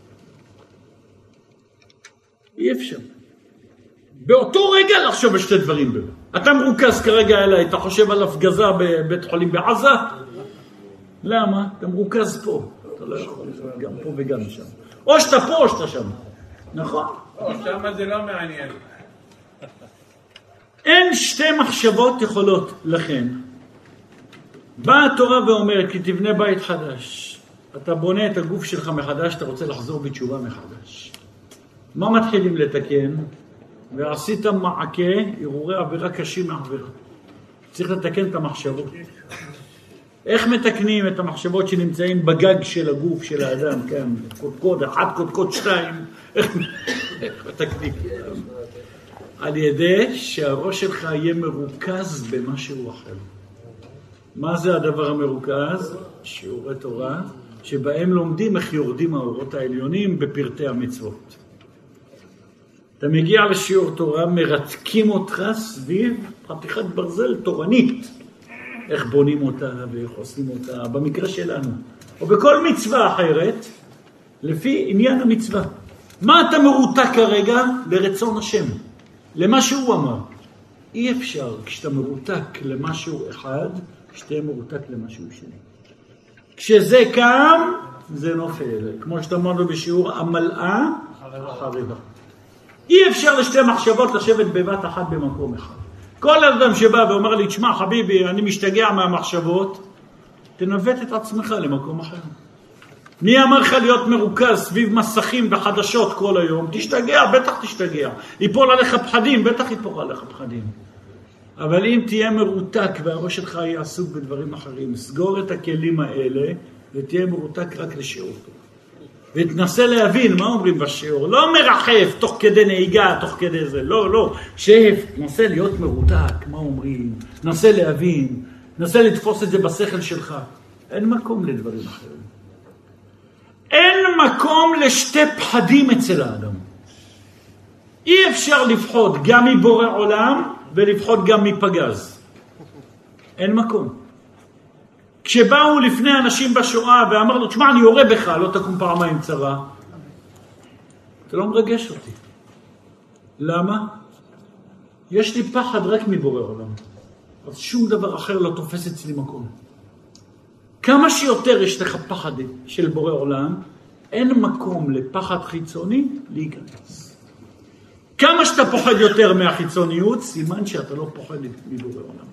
אי אפשר. באותו רגע לחשוב על שתי דברים בו. אתה מרוכז כרגע אליי, אתה חושב על הפגזה בבית חולים בעזה? למה? אתה מרוכז פה. אתה לא יכול, גם פה וגם שם. או שאתה פה או שאתה שם. נכון? או שם זה לא מעניין. אין שתי מחשבות יכולות לכן. באה התורה ואומרת, כי תבנה בית חדש. אתה בונה את הגוף שלך מחדש, אתה רוצה לחזור בתשובה מחדש. מה מתחילים לתקן? ועשית מעקה, ערעורי עבירה קשים מעבירה. צריך לתקן את המחשבות. איך מתקנים את המחשבות שנמצאים בגג של הגוף של האדם? כאן, קודקוד, 1 קודקוד 2. איך מתקנים? על ידי שהראש שלך יהיה מרוכז במשהו אחר. מה זה הדבר המרוכז? שיעורי תורה, שבהם לומדים איך יורדים האורות העליונים בפרטי המצוות. אתה מגיע לשיעור תורה, מרתקים אותך סביב חתיכת ברזל תורנית. איך בונים אותה ואיך עושים אותה, במקרה שלנו. או בכל מצווה אחרת, לפי עניין המצווה. מה אתה מרותק כרגע? לרצון השם. למה שהוא אמר. אי אפשר כשאתה מרותק למשהו אחד, שתהיה מרותק למשהו שני. כשזה קם, זה נופל. כמו שאתה אמרנו בשיעור המלאה, החריבה. אי אפשר לשתי מחשבות לשבת בבת אחת במקום אחד. כל אדם שבא ואומר לי, תשמע חביבי, אני משתגע מהמחשבות, תנווט את עצמך למקום אחר. מי אמר לך להיות מרוכז סביב מסכים וחדשות כל היום? תשתגע, בטח תשתגע. ייפול עליך פחדים, בטח ייפול עליך פחדים. אבל אם תהיה מרותק והראש שלך יהיה עסוק בדברים אחרים, סגור את הכלים האלה ותהיה מרותק רק לשיעור טוב. ותנסה להבין מה אומרים בשיעור. לא מרחף תוך כדי נהיגה, תוך כדי זה. לא. שב, נסה להיות מרותק, מה אומרים. נסה להבין, נסה לתפוס את זה בשכל שלך. אין מקום לדברים אחרים. אין מקום לשתי פחדים אצל האדם. אי אפשר לפחוד גם מבורא עולם ולפחוד גם מפגז. אין מקום. כשבאו לפני אנשים בשואה ואמר לו, תשמע, אני יורה בך, לא תקום פעמיים צרה. אתה לא מרגש אותי. למה? יש לי פחד רק מבורא עולם. אז שום דבר אחר לא תופס אצלי מקום. כמה שיותר יש לך פחד של בורא עולם, אין מקום לפחד חיצוני להיכנס. כמה שאתה פוחד יותר מהחיצוניות, סימן שאתה לא פוחד מבורא עולם.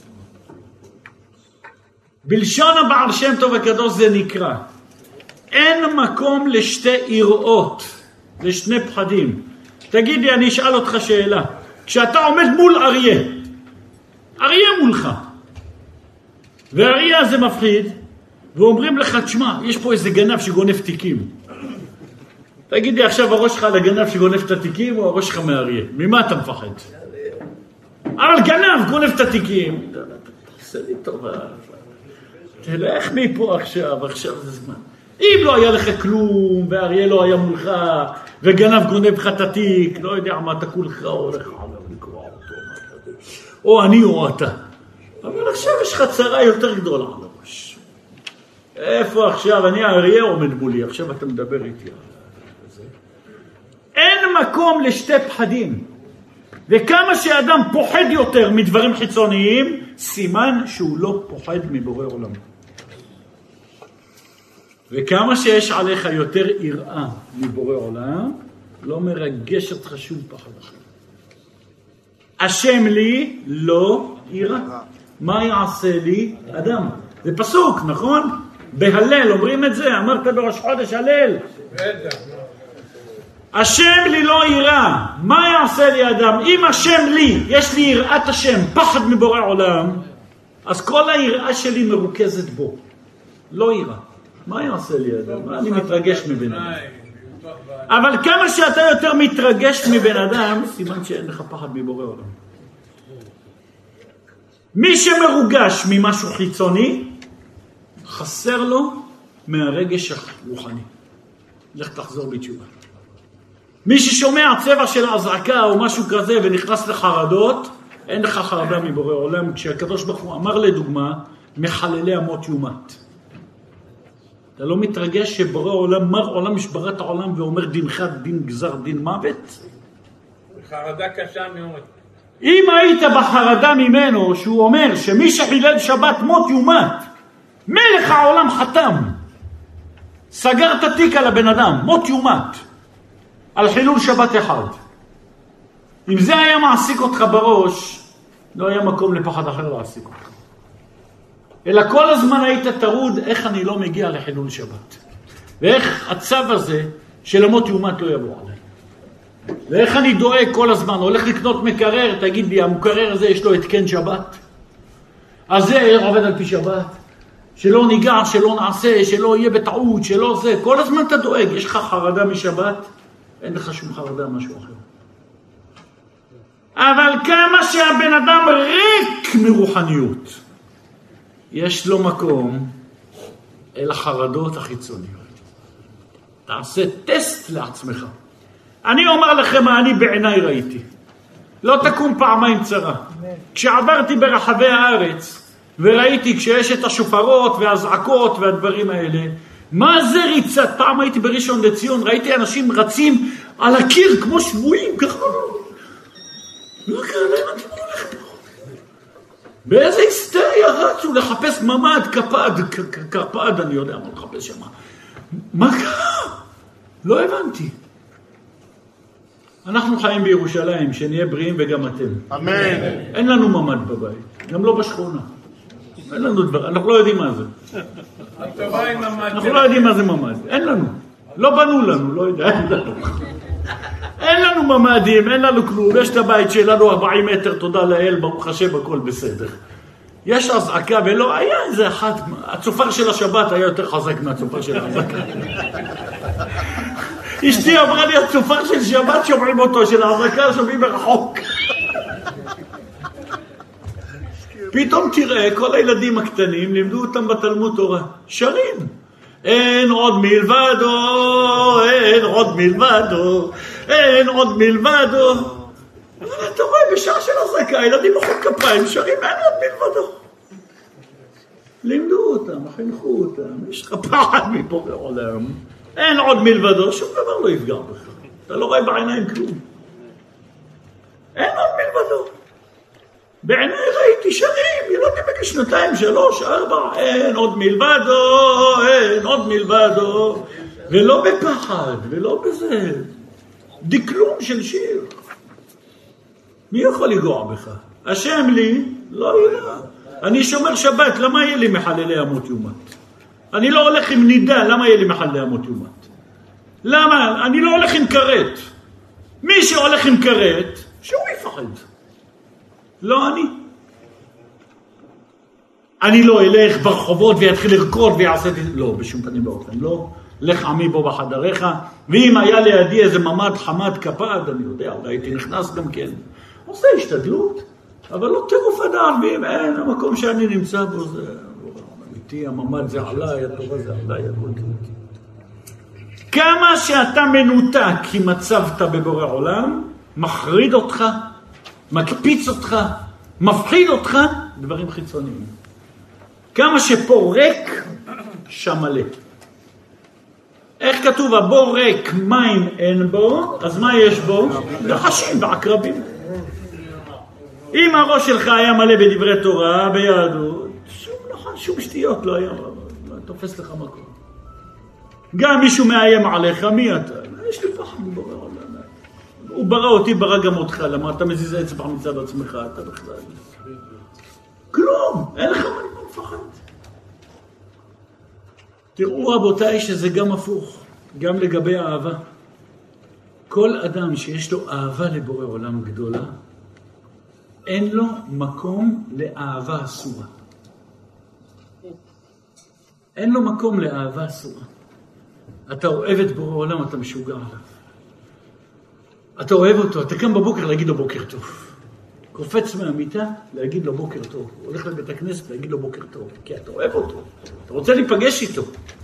בלשון הבעל שם טוב הקדוש זה נקרא, אין מקום לשתי יראות, לשני פחדים. תגידי, אני אשאל אותך שאלה. כשאתה עומד מול אריה, אריה מולך, והאריה הזה מפחיד, ואומרים לך, תשמע, יש פה איזה גנב שגונב תיקים. תגידי עכשיו הראש שלך לגנב שגונב את התיקים, או הראש שלך מהאריה? ממה אתה מפחד? אבל גנב גונב את התיקים. תעשה לי טובה. תלך מפה עכשיו זה זמן. אם לא היה לך כלום, והאריה לא היה מולך, וגנב גונב לך את התיק, לא יודע מה, אתה כולך הולך עליו לקרוא אותו, או אני או אתה. אבל עכשיו יש לך צרה יותר גדולה על הראש. איפה עכשיו? אני האריה עומד מולי, עכשיו אתה מדבר איתי. אין מקום לשתי פחדים. וכמה שאדם פוחד יותר מדברים חיצוניים, סימן שהוא לא פוחד מבורא עולם. וכמה שיש עליך יותר יראה מבורא עולם, לא מרגש אותך שום פחד אחר. השם לי לא יראה. מה יעשה לי אדם? זה פסוק, נכון? בהלל אומרים את זה, אמרת בראש חודש הלל. השם לי לא יראה. מה יעשה לי אדם? אם השם לי, יש לי יראת השם, פחד מבורא עולם, אז כל היראה שלי מרוכזת בו. לא יראה. מה יעשה לי אדם? אני מתרגש מבן אדם. אבל כמה שאתה יותר מתרגש מבן אדם, סימן שאין לך פחד מבורא עולם. מי שמרוגש ממשהו חיצוני, חסר לו מהרגש הרוחני. לך תחזור בתשובה. מי ששומע צבע של הזעקה או משהו כזה ונכנס לחרדות, אין לך חרדה מבורא עולם. כשהקדוש ברוך הוא אמר לדוגמה, מחללי המות יומת. אתה לא מתרגש שבורא עולם מר עולם משברת העולם ואומר דינך דין גזר דין מוות? חרדה קשה מאוד. אם היית בחרדה ממנו שהוא אומר שמי שחילל שבת מות יומת, מלך העולם חתם, סגר את התיק על הבן אדם, מות יומת, על חילול שבת אחד. אם זה היה מעסיק אותך בראש, לא היה מקום לפחד אחר להעסיק אותך. אלא כל הזמן היית תרוד איך אני לא מגיע לחילול שבת. ואיך הצו הזה של המות יומת לא יבוא עליי. ואיך אני דואג כל הזמן, הולך לקנות מקרר, תגיד לי, המקרר הזה יש לו התקן שבת? אז זה עובד על פי שבת. שלא ניגע, שלא נעשה, שלא יהיה בטעות, שלא זה. כל הזמן אתה דואג, יש לך חרדה משבת, אין לך שום חרדה משהו אחר. אבל כמה שהבן אדם ריק מרוחניות, יש לו מקום אל החרדות החיצוניות. תעשה טסט לעצמך. אני אומר לכם מה אני בעיניי ראיתי. לא תקום פעמיים צרה. כשעברתי ברחבי הארץ וראיתי כשיש את השופרות והזעקות והדברים האלה, מה זה ריצת? פעם הייתי בראשון לציון, ראיתי אנשים רצים על הקיר כמו שבויים ככה. לא קרה להם, אני הולך פה. באיזה היסטריה רצו לחפש ממד, קרפד, אני יודע מה לחפש שם. מה קרה? לא הבנתי. אנחנו חיים בירושלים, שנהיה בריאים וגם אתם. אמן. אין לנו ממד בבית, גם לא בשכונה. אין לנו דבר, אנחנו לא יודעים מה זה. אנחנו לא יודעים מה זה ממד, אין לנו. לא בנו לנו, לא יודע, אין לנו. אין לנו ממדים, אין לנו כלום. יש את הבית שלנו 40 מטר, תודה לאל, ברוך השם, הכל בסדר. יש אזעקה ולא היה איזה אחד, הצופר של השבת היה יותר חזק מהצופר של האזעקה. אשתי אמרה לי, הצופר של שבת שומעים אותו, של האזעקה שומעים מרחוק. פתאום תראה, כל הילדים הקטנים לימדו אותם בתלמוד תורה, שרים. אין עוד מלבדו, אין עוד מלבדו, אין עוד מלבדו. אבל אתה רואה, בשעה של הזעקה, ילדים מוחאים כפיים, שרים, אין עוד מלבדו. לימדו אותם, חינכו אותם, יש לך פחד מפה בעולם. אין עוד מלבדו, שום דבר לא יפגע בך. אתה לא רואה בעיניים כלום. אין עוד מלבדו. בעיניי ראיתי שנים, ילדים בגיל 2, 3, 4, אין עוד מלבדו, אין עוד מלבדו. ולא בפחד, ולא בזה. דקלום של שיר. מי יכול לגוע בך? השם לי, לא יהיה. אני שומר שבת, למה יהיה לי מחללי אמות יומת? אני לא הולך עם נידה, למה יהיה לי מחללי אמות יומת? למה? אני לא הולך עם קראת. מי שהולך עם קראת, שהוא יפחד. לא אני. אני לא אלך ברחובות ויתחיל לרקוד ויעשה... לא, בשום פנים באופן, לא. לך עמי בו בחדריך, ואם היה לידי איזה ממד חמד כפד, אני יודע, אולי הייתי נכנס גם כן. עושה השתדלות, אבל לא טירוף הדעת, ואם אין, המקום שאני נמצא בו זה... אמיתי, הממד זה עליי, הטובה זה עליי, כמה שאתה מנותק כי מצבת בבורא עולם, מחריד אותך, מקפיץ אותך, מפחיד אותך, דברים חיצוניים. כמה שפה ריק, שם מלא. איך כתוב, הבור ריק, מים אין בו, אז מה יש בו? נחשים ועקרבים. אם הראש שלך היה מלא בדברי תורה, ביהדות, שום שטויות לא היה, לא תופס לך מקום. גם מישהו מאיים עליך, מי אתה? יש לי פחד מבורא עולם. הוא ברא אותי, ברא גם אותך, למה אתה מזיז אצבע מצד עצמך, אתה בכלל. כלום, אין לך מה לפחד. תראו רבותיי שזה גם הפוך, גם לגבי האהבה. כל אדם שיש לו אהבה לבורא עולם גדולה, אין לו מקום לאהבה אסורה. אין לו מקום לאהבה אסורה. אתה אוהב את בורא עולם, אתה משוגע עליו. אתה אוהב אותו, אתה קם בבוקר להגיד לו בוקר טוב. קופץ מהמיטה להגיד לו בוקר טוב. הולך לבית הכנסת להגיד לו בוקר טוב. כי אתה אוהב אותו. אתה רוצה להיפגש איתו.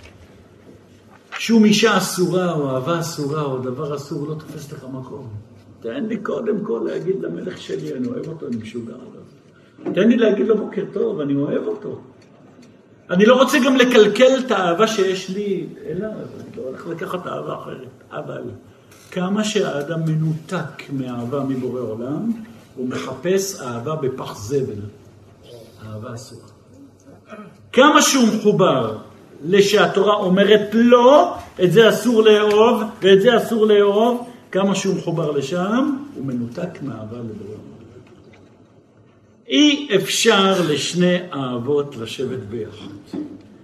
שום אישה אסורה או אהבה אסורה או דבר אסור לא תופס לך מקום. תן לי קודם כל להגיד למלך שלי, אני אוהב אותו, אני משוגע עליו. תן לי להגיד לו בוקר טוב, אני אוהב אותו. אני לא רוצה גם לקלקל את האהבה שיש לי, אלא אני לא הולך לקחת אהבה אחרת. אבל כמה שהאדם מנותק מאהבה מבורא עולם, הוא מחפש אהבה בפח זבל. אהבה אסורה. כמה שהוא מחובר לשהתורה אומרת לא, את זה אסור לאהוב, ואת זה אסור לאהוב, כמה שהוא מחובר לשם, הוא מנותק מאהבה לבורא עולם. אי אפשר לשני אהבות לשבת ביחד.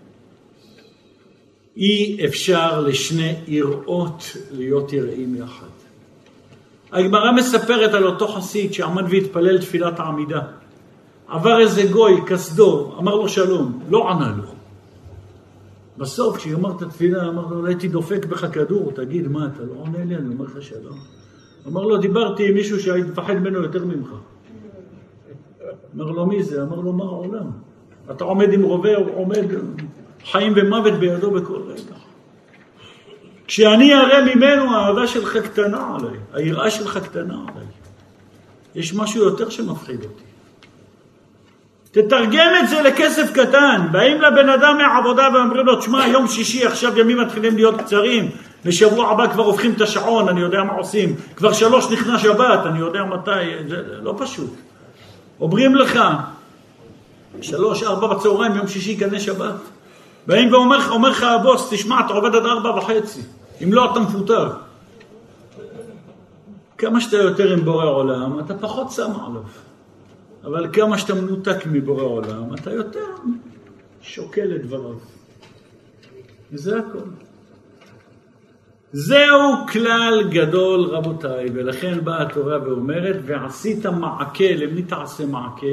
אי אפשר לשני יראות להיות יראים יחד. הגמרא מספרת על אותו חסיד שעמד והתפלל תפילת העמידה. עבר איזה גוי, כסדו, אמר לו שלום, לא ענה לו. בסוף כשהיא אמרת התפילה, אמר לו, הייתי דופק בך כדור, תגיד מה, אתה לא עונה לי, אני אומר לך שלום. אמר לו, דיברתי עם מישהו שהייתי מפחד ממנו יותר ממך. אמר לו, מי זה? אמר לו, מה העולם? אתה עומד עם רובה, עומד חיים ומוות בידו בכל רגע. כשאני אראה ממנו, האהבה שלך קטנה עליי, היראה שלך קטנה עליי. יש משהו יותר שמפחיד אותי. תתרגם את זה לכסף קטן. באים לבן אדם מהעבודה ואומרים לו, תשמע, יום שישי, עכשיו ימים מתחילים להיות קצרים, בשבוע הבא כבר הופכים את השעון, אני יודע מה עושים. כבר 3 נכנס שבת, אני יודע מתי, זה לא פשוט. אומרים לך, 3-4 בצהריים, יום שישי כנה שבת. באים ואומר לך הבוס, תשמע, אתה עובד עד 4:30. אם לא, אתה מפוטר. כמה שאתה יותר עם בורא עולם, אתה פחות שם עליו. אבל כמה שאתה מנותק מבורא עולם, אתה יותר שוקל את דבריו. וזה הכל. זהו כלל גדול רבותיי, ולכן באה התורה ואומרת, ועשית מעקה, למי תעשה מעקה?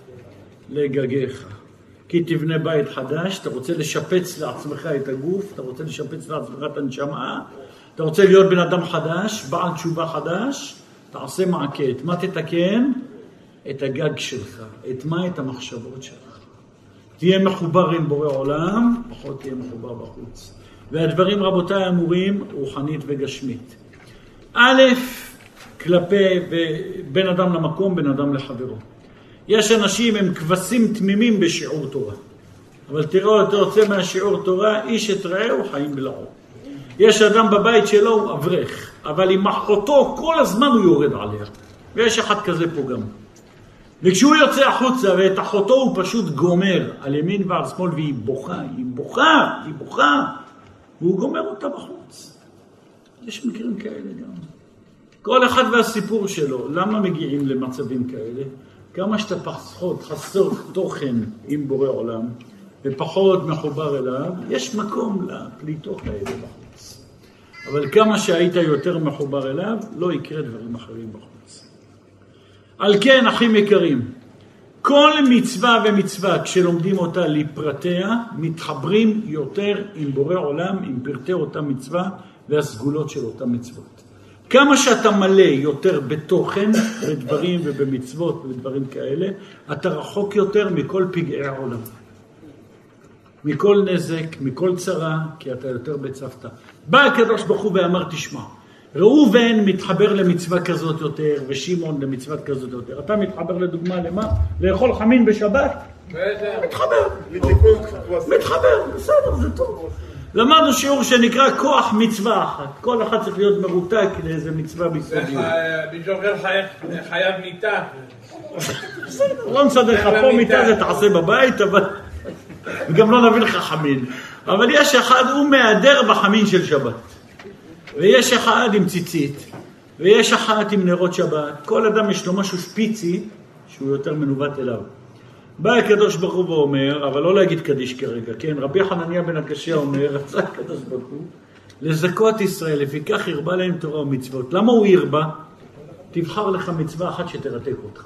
לגגיך. כי תבנה בית חדש, אתה רוצה לשפץ לעצמך את הגוף, אתה רוצה לשפץ לעצמך את הנשמה, אתה רוצה להיות בן אדם חדש, בעל תשובה חדש, תעשה מעקה. את מה תתקן? את הגג שלך. את מה? את המחשבות שלך. תהיה מחובר עם בורא עולם, פחות תהיה מחובר בחוץ. והדברים רבותיי אמורים רוחנית וגשמית. א', כלפי בין אדם למקום, בין אדם לחברו. יש אנשים הם כבשים תמימים בשיעור תורה. אבל תראו, אתה רוצה מהשיעור תורה, איש את רעהו חיים בלעו. יש אדם בבית שלו, הוא אברך, אבל עם אחותו כל הזמן הוא יורד עליה. ויש אחד כזה פה גם. וכשהוא יוצא החוצה ואת אחותו הוא פשוט גומר על ימין ועל שמאל, והיא בוכה, היא בוכה, והוא גומר אותה בחוץ. יש מקרים כאלה גם. כל אחד והסיפור שלו. למה מגיעים למצבים כאלה? כמה שאתה פחות חסר תוכן עם בורא עולם, ופחות מחובר אליו, יש מקום לפליטות האלה בחוץ. אבל כמה שהיית יותר מחובר אליו, לא יקרה דברים אחרים בחוץ. על כן, אחים יקרים, כל מצווה ומצווה, כשלומדים אותה לפרטיה, מתחברים יותר עם בורא עולם, עם פרטי אותה מצווה והסגולות של אותה מצוות. כמה שאתה מלא יותר בתוכן, בדברים ובמצוות ובדברים כאלה, אתה רחוק יותר מכל פגעי העולם. מכל נזק, מכל צרה, כי אתה יותר בצוותא. בא הקדוש ברוך הוא ואמר, תשמע, ראובן מתחבר למצווה כזאת יותר, ושמעון למצווה כזאת יותר. אתה מתחבר לדוגמה למה? לאכול חמין בשבת? מתחבר. מתחבר, בסדר, זה טוב. למדנו שיעור שנקרא כוח מצווה אחת. כל אחד צריך להיות מרותק לאיזה מצווה ביסודיות. ביז'וכר חייב מיטה. בסדר, לא נסדר לך פה מיטה, זה תעשה בבית, אבל... וגם לא נביא לך חמין. אבל יש אחד, הוא מהדר בחמין של שבת. ויש אחד עם ציצית, ויש אחד עם נרות שבת. כל אדם יש לו משהו שפיצי, שהוא יותר מנווט אליו. בא הקדוש ברוך הוא ואומר, אבל לא להגיד קדיש כרגע, כן? רבי חנניה בן הקשיא אומר, רצה הקדוש ברוך הוא, לזכות ישראל, לפיכך ירבה להם תורה ומצוות. למה הוא ירבה? תבחר לך מצווה אחת שתרתק אותך.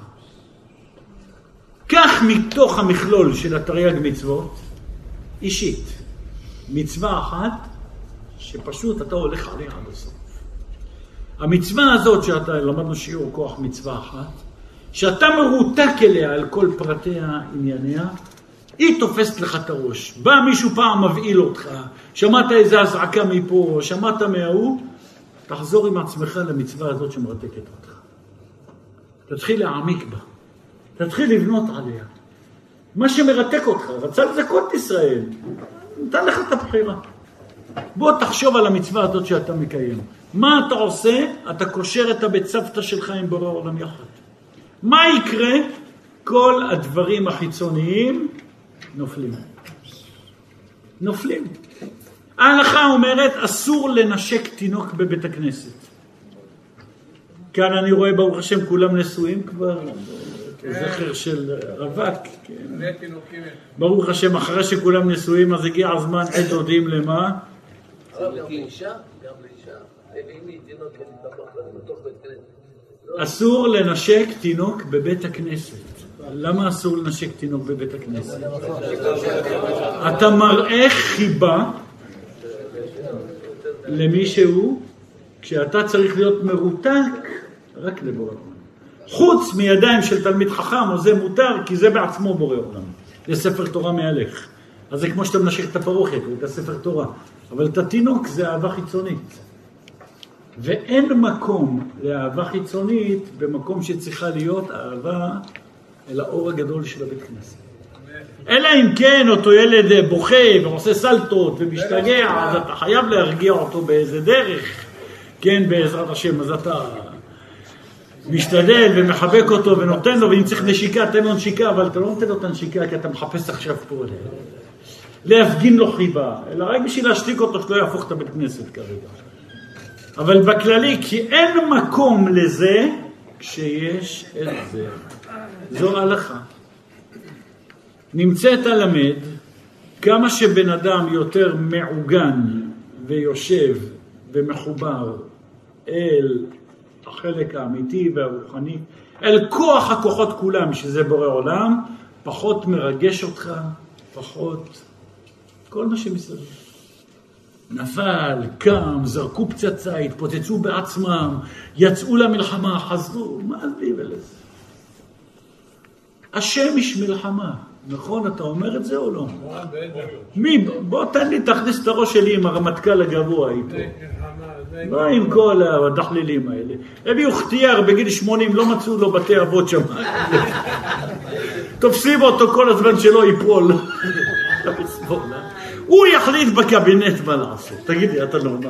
כך מתוך המכלול של התרי"ג מצוות, אישית, מצווה אחת, שפשוט אתה הולך עליה עד הסוף. המצווה הזאת שאתה למדנו שיעור כוח מצווה אחת, שאתה מרותק אליה על כל פרטיה ענייניה, היא תופסת לך את הראש. בא מישהו פעם מבעיל אותך, שמעת איזה הזעקה מפה, שמעת מההוא, תחזור עם עצמך למצווה הזאת שמרתקת אותך. תתחיל להעמיק בה. תתחיל לבנות עליה. מה שמרתק אותך, רצה לזכות ישראל, נתן לך את הבחירה. בוא תחשוב על המצווה הזאת שאתה מקיים. מה אתה עושה? אתה קושר את הבצוותא שלך עם בורא עולם יחד. מה יקרה? כל הדברים החיצוניים נופלים. נופלים. ההלכה אומרת, אסור לנשק תינוק בבית הכנסת. כאן אני רואה ברוך השם כולם נשואים כבר, זכר של רווק. ברוך השם, אחרי שכולם נשואים, אז הגיע הזמן עד דודים למה? גם לאישה? גם לאישה? אם היא תינוק בתוך בית כנסת. אסור לנשק תינוק בבית הכנסת. למה אסור לנשק תינוק בבית הכנסת? אתה מראה חיבה למישהו כשאתה צריך להיות מרותק רק לבורא עולם. חוץ מידיים של תלמיד חכם, זה מותר כי זה בעצמו בורא עולם. זה ספר תורה מהלך. אז זה כמו שאתה מנשק את הפרוכת, זה ספר תורה. אבל את התינוק זה אהבה חיצונית. ואין מקום לאהבה חיצונית במקום שצריכה להיות אהבה אל האור הגדול של הבית כנסת. אלא אם כן אותו ילד בוכה ועושה סלטות ומשתגע, אז אתה חייב להרגיע אותו באיזה דרך, כן, בעזרת השם, אז אתה משתדל ומחבק אותו ונותן לו, ואם צריך נשיקה, תן לו נשיקה, אבל אתה לא נותן לו את הנשיקה כי אתה מחפש עכשיו פה להפגין לו חיבה, אלא רק בשביל להשתיק אותו שלא יהפוך את הבית כנסת כרגע. אבל בכללי, כי אין מקום לזה כשיש את זה. זו הלכה. נמצאת הלמד, כמה שבן אדם יותר מעוגן ויושב ומחובר אל החלק האמיתי והרוחני, אל כוח הכוחות כולם, שזה בורא עולם, פחות מרגש אותך, פחות כל מה שמסביב. נפל, קם, זרקו פצצה, התפוצצו בעצמם, יצאו למלחמה, חזרו, מה לי ולזה? השם יש מלחמה, נכון? אתה אומר את זה או לא? מי? בוא תן לי, תכניס את הראש שלי עם הרמטכ"ל הגבוה איתו. מה עם כל הדחלילים האלה? הביאו חתיאר בגיל 80, לא מצאו לו בתי אבות שם. תופסים אותו כל הזמן שלא ייפול. הוא יחליט בקבינט מה לעשות. תגידי, אתה נורמלי.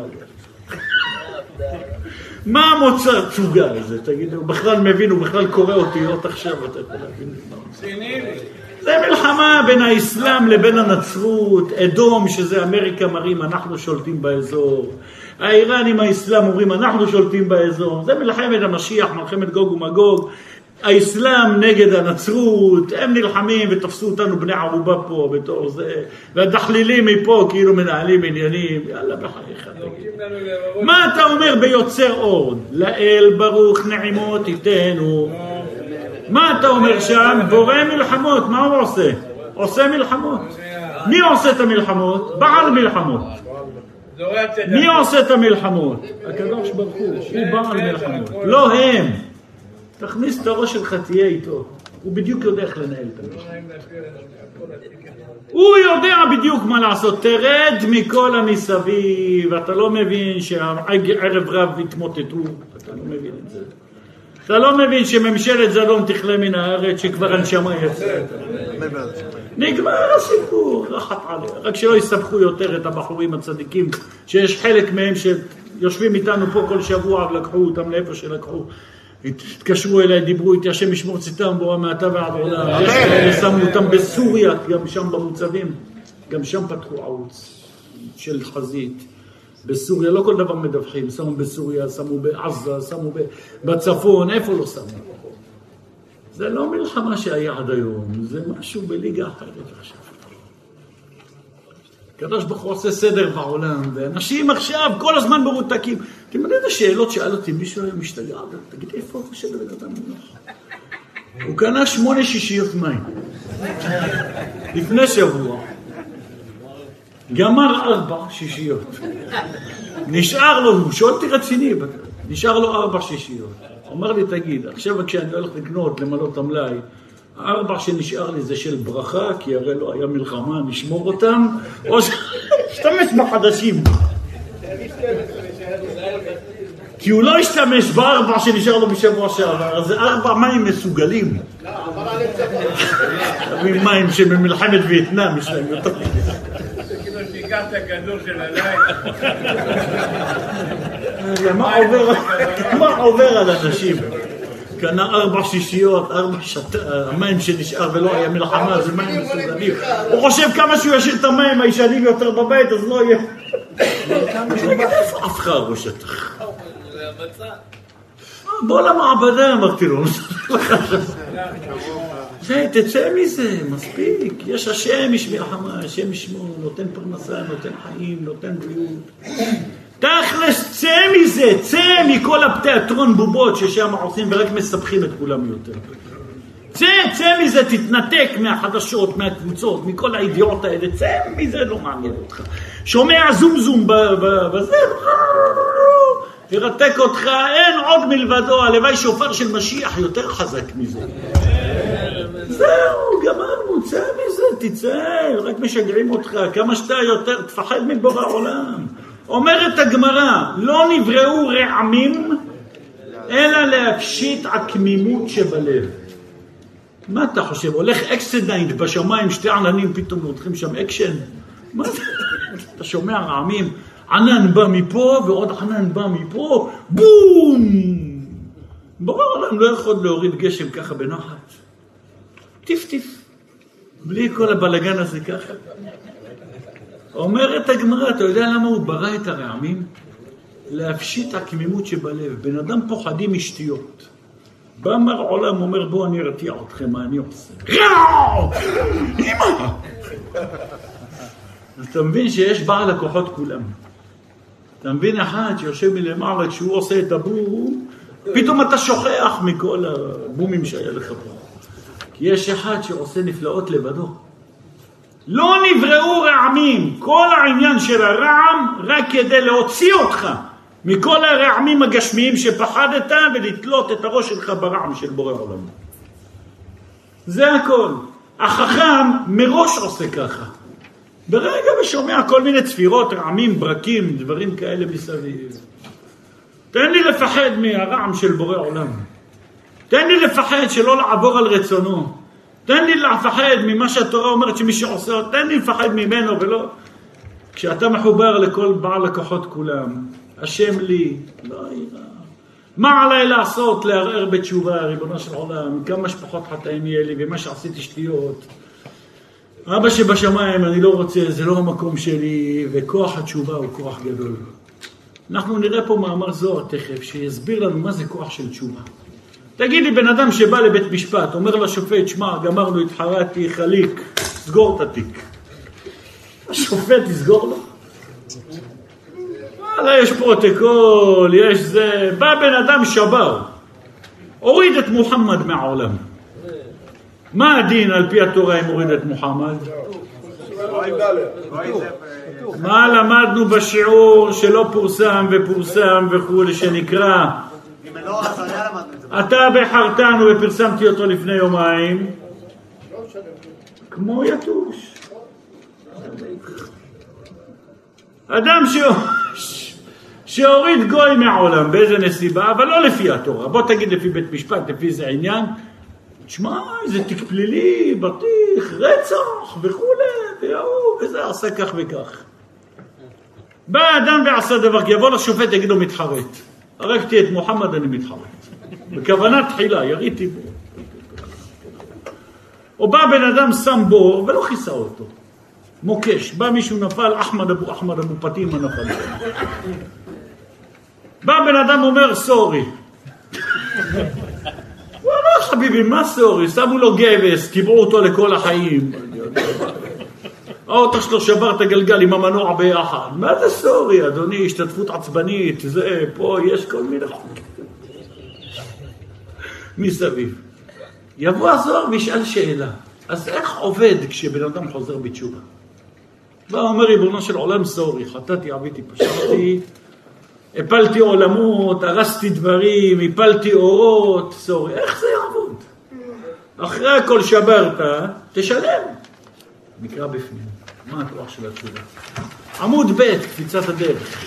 מה המוצא תשוגה הזה? תגידי, הוא בכלל מבין, הוא בכלל קורא אותיות עכשיו. אתה יכול להבין מה. זה מלחמה בין האסלאם לבין הנצרות. אדום, שזה אמריקה, מראים, אנחנו שולטים באזור. האיראנים, האסלאם, אומרים, אנחנו שולטים באזור. זה מלחמת המשיח, מלחמת גוג ומגוג. האסלאם נגד הנצרות, הם נלחמים ותפסו אותנו בני ערובה פה בתור זה, והדחלילים מפה כאילו מנהלים עניינים, יאללה בחייך. מה אתה אומר ביוצר אור? לאל ברוך נעימות איתנו. מה אתה אומר שם? בורא מלחמות, מה הוא עושה? עושה מלחמות. מי עושה את המלחמות? בעל מלחמות. מי עושה את המלחמות? הקדוש ברוך הוא בעל מלחמות, לא הם. תכניס את הראש שלך, תהיה איתו. הוא בדיוק יודע איך לנהל את המלחמה. הוא יודע בדיוק מה לעשות. תרד מכל המסביב. אתה לא מבין שהערב רב התמוטטו. אתה לא מבין את זה. אתה לא מבין שממשלת זדון תכלה מן הארץ שכבר הנשמה יצאת. נגמר הסיפור, רחת עליה. רק שלא יסבכו יותר את הבחורים הצדיקים, שיש חלק מהם שיושבים איתנו פה כל שבוע ולקחו אותם לאיפה שלקחו. התקשרו אליי, דיברו איתי, השם ישמור צאתם בורא מעתה ועד עולם. יש כאלה, שמו אותם בסוריה, גם שם במוצבים, גם שם פתחו ערוץ של חזית. בסוריה, לא כל דבר מדווחים, שמו בסוריה, שמו בעזה, שמו בצפון, איפה לא שמו? זה לא מלחמה שהיה עד היום, זה משהו בליגה אחרת עכשיו. הקדוש ברוך הוא עושה סדר בעולם, ואנשים עכשיו כל הזמן מרותקים. אתם יודעים את השאלות שאל אותי, מישהו היה משתגע, תגיד איפה הוא חושב לבן אדם מונח? הוא קנה 8 שישיות מים. לפני שבוע. גמר 4 שישיות. נשאר לו, הוא שואל אותי רציני, נשאר לו 4 שישיות. אומר לי, תגיד, עכשיו כשאני הולך לקנות, למלא את המלאי, 4 שנשאר לי זה של ברכה, כי הרי לא היה מלחמה, נשמור אותם, או שתשתמש בחדשים. כי הוא לא השתמש ב4 שנשאר לו בשבוע שעבר, זה 4 מים מסוגלים. מים שבמלחמת וייטנאם יש להם יותר. תיקח את הכדור של הלילה. מה עובר על אנשים? קנה 4 שישיות, 4 המים שנשאר ולא היה מלחמה, זה מים מסוגלים. הוא חושב כמה שהוא ישאיר את המים הישנים יותר בבית, אז לא יהיה. איפה אף אחד ראש התח? בוא למעבדה, אמרתי לו. תצא מזה, מספיק. יש השם, יש מלחמה, השם ישמור, נותן פרנסה, נותן חיים, נותן בריאות. תכלס, צא מזה, צא מכל הפתיאטרון בובות ששם עושים ורק מספחים את כולם יותר. צא מזה, תתנתק מהחדשות, מהקבוצות, מכל הידיעות האלה, צא מזה, לא מעניין אותך. שומע זום בזה, תרתק אותך, אין עוד מלבדו, הלוואי שופר של משיח יותר חזק מזה. זהו, גמרנו, צא מזה, תצא, רק משגרים אותך, כמה שאתה יותר, תפחד מבורא העולם. אומרת הגמרא, לא נבראו רעמים, אלא להפשיט עקמימות שבלב. מה אתה חושב? הולך אקסדנט בשמיים, 2 עננים פתאום נותחים שם אקשן? מה זה? אתה שומע רעמים, ענן בא מפה ועוד ענן בא מפה, בום! ברור העולם לא יכול להוריד גשם ככה בנחת. טיף. בלי כל הבלגן הזה ככה. אומרת הגמרא, אתה יודע למה הוא ברא את הרעמים? להפשיט הכמימות שבלב. בן אדם פוחדים משטויות. בא מר עולם, אומר בוא אני ארתיע אתכם, מה אני עושה? אמא! אז אתה מבין שיש בעל הכוחות כולם. אתה מבין אחד שיושב מלמעלה כשהוא עושה את הבום, פתאום אתה שוכח מכל הבומים שהיה לך פה. כי יש אחד שעושה נפלאות לבדו. לא נבראו רעמים. כל העניין של הרעם רק כדי להוציא אותך מכל הרעמים הגשמיים שפחדת ולתלות את הראש שלך ברעם של בורא עולם. זה הכל. החכם מראש עושה ככה. ברגע ושומע כל מיני צפירות, רעמים, ברקים, דברים כאלה מסביב. תן לי לפחד מהרעם של בורא עולם. תן לי לפחד שלא לעבור על רצונו. תן לי לפחד ממה שהתורה אומרת שמי שעושה, תן לי לפחד ממנו ולא. כשאתה מחובר לכל בעל הכוחות כולם, השם לי, לא יראה. מה עליי לעשות? לערער בתשובה, ריבונו של עולם, כמה שפחות חטאים יהיה לי ומה שעשיתי שטויות. אבא שבשמיים, אני לא רוצה, זה לא המקום שלי, וכוח התשובה הוא כוח גדול. אנחנו נראה פה מאמר זוהר תכף, שיסביר לנו מה זה כוח של תשובה. תגיד לי, בן אדם שבא לבית משפט, אומר לשופט, שמע, גמרנו, התחרתי, חליק, סגור את התיק. השופט יסגור לו? וואלה, יש פרוטוקול, יש זה, בא בן אדם שבר, הוריד את מוחמד מהעולם. מה הדין על פי התורה אם הוריד את מוחמד? מה למדנו בשיעור שלא פורסם ופורסם וכו' שנקרא אתה בחרתנו ופרסמתי אותו לפני יומיים כמו יתוש. אדם שהוריד גוי מהעולם באיזה נסיבה, אבל לא לפי התורה. בוא תגיד לפי בית משפט, לפי זה עניין. תשמע, זה תיק פלילי, בטיח, רצח וכו' וזה עשה כך וכך. בא אדם ועשה דבר, כי יבוא לשופט יגיד לו מתחרט. הרגתי את מוחמד, אני מתחרט. בכוונה תחילה, יריתי בו. או בא בן אדם שם בור ולא כיסה אותו. מוקש, בא מישהו נפל, אחמד אבו פתימה נפל. בא בן אדם אומר סורי. הוא אמר חביבי, מה סורי? שמו לו גבס, קיבעו אותו לכל החיים. האוטו שלו שבר את הגלגל עם המנוע ביחד. מה זה סורי, אדוני? השתתפות עצבנית, זה, פה יש כל מיני חוקים. מסביב. יבוא הזוהר וישאל שאלה. אז איך עובד כשבן אדם חוזר בתשובה? בא אומר ריבונו של עולם סורי, חטאתי, עביתי, פשעתי, הפלתי עולמות, הרסתי דברים, הפלתי אורות, סורי. איך זה יעבוד? אחרי הכל שברת, תשלם. נקרא בפנים. מה הכוח של התשובה? עמוד ב' קפיצת הדרך.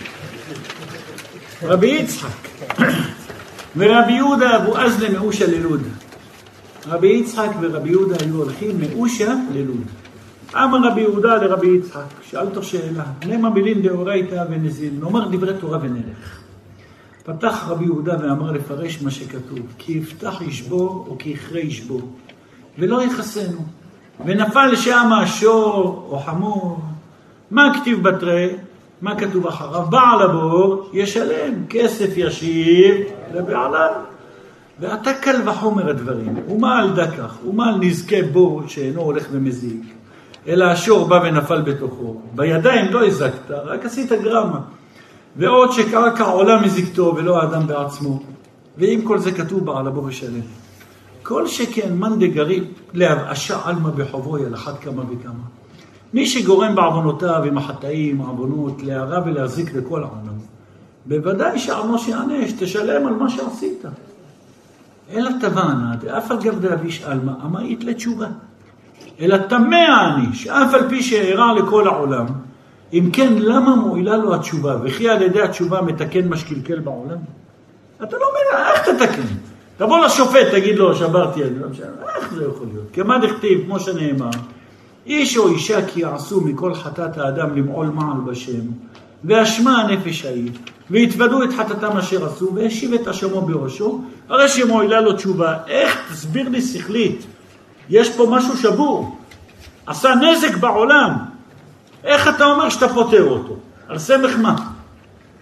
רבי יצחק ורבי יהודה אבו אזלה מאושה ללוד. רבי יצחק ורבי יהודה היו הולכים מאושה ללוד. אמר רבי יהודה לרבי יצחק, שאל אותו שאלה, נמה מילין דאורייתא ונזיל, נאמר דברי תורה ונלך. פתח רבי יהודה ואמר לפרש מה שכתוב, כי יפתח ישבור או כי יכרה ישבור, ולא יחסנו. ונפל שם שור או חמור. מה כתיב בתרי? מה כתוב אחריו? בעל הבור ישלם, כסף ישיב לבעליו. ואתה קל וחומר הדברים. ומה על דקח? ומה על נזקי בור שאינו הולך ומזיק? אלא השור בא ונפל בתוכו. בידיים לא הזקת, רק עשית גרמה. ועוד שקרקע עולה מזיקתו ולא האדם בעצמו. ואם כל זה כתוב בעל הבור ישלם. כל שכן מן דגריב להבאשה עלמא בחובו על אחת כמה וכמה. מי שגורם בעוונותיו עם החטאים, העוונות, להרע ולהזיק לכל העולם, בוודאי שענו שיענש, תשלם על מה שעשית. אלא תבענה, אף על גב דאביש עלמא, אמאית לתשובה. אלא תמה אני, שאף על פי שהערה לכל העולם, אם כן, למה מועילה לו התשובה? וכי על ידי התשובה מתקן משקלקל בעולם? אתה לא אומר, איך תתקן? תבוא לשופט, תגיד לו, שברתי, איך זה יכול להיות? כמה דכתיב, כמו שנאמר, איש או אישה כי יעשו מכל חטאת האדם למעול מעל בשם, והשמע הנפש ההיא, והתוודו את חטאתם אשר עשו, והשיב את אשמו בראשו, הרי שמועילה לו תשובה. איך? תסביר לי שכלית. יש פה משהו שבור. עשה נזק בעולם. איך אתה אומר שאתה פותר אותו? על סמך מה?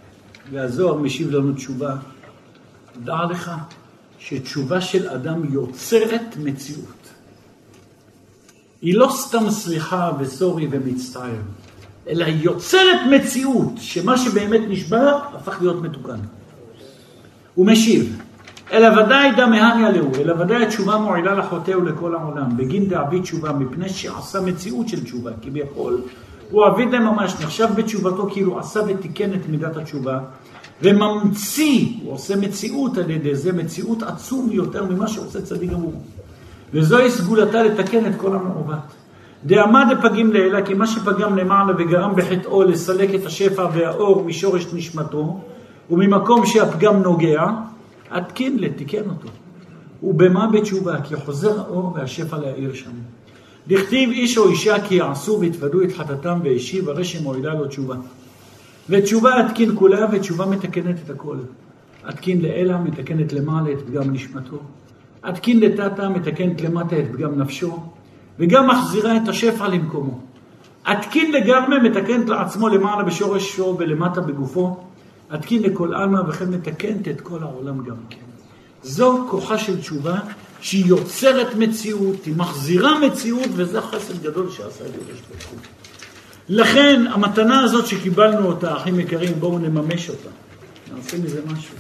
והזוהר משיב לנו תשובה. דע לך שתשובה של אדם יוצרת מציאות. היא לא סתם סליחה וסורי ומצטער, אלא היא יוצרת מציאות שמה שבאמת נשבר הפך להיות מתוקן. הוא משיב, אלא ודאי דמהניה לו, אלא ודאי התשובה מועילה לחוטא ולכל העולם, בגין דאבי תשובה, מפני שעשה מציאות של תשובה, כביכול. הוא עביד להם ממש, נחשב בתשובתו כאילו עשה ותיקן את מידת התשובה, וממציא, הוא עושה מציאות על ידי זה, מציאות עצום יותר ממה שעושה צדיק גמור. וזוהי סגולתה לתקן את כל המעוות. דעמד הפגים לאלה, כי מה שפגם למעלה וגרם בחטאו לסלק את השפע והאור משורש נשמתו, וממקום שהפגם נוגע, עדכין לתיקן אותו. ובמה בתשובה? כי חוזר האור והשפע להאיר שם. דכתיב איש או אישה כי יעשו והתוודו את חטאתם והשיב, הרי שמועילה לו תשובה. ותשובה עדכין כולה, ותשובה מתקנת את הכל. עדכין לאלה, מתקנת למעלה את פגם נשמתו. עדכין לתתה, מתקנת למטה את פגם נפשו. וגם מחזירה את השפע למקומו. עדכין לגרמה, מתקנת לעצמו למעלה בשורשו ולמטה בגופו. עדכין לכל עלמא וכן מתקנת את כל העולם גם כן. זו כוחה של תשובה שהיא יוצרת מציאות, היא מחזירה מציאות, וזה חסד גדול שעשה הקדוש ברוך הוא. לכן המתנה הזאת שקיבלנו אותה, אחים יקרים, בואו נממש אותה. נעשה מזה משהו.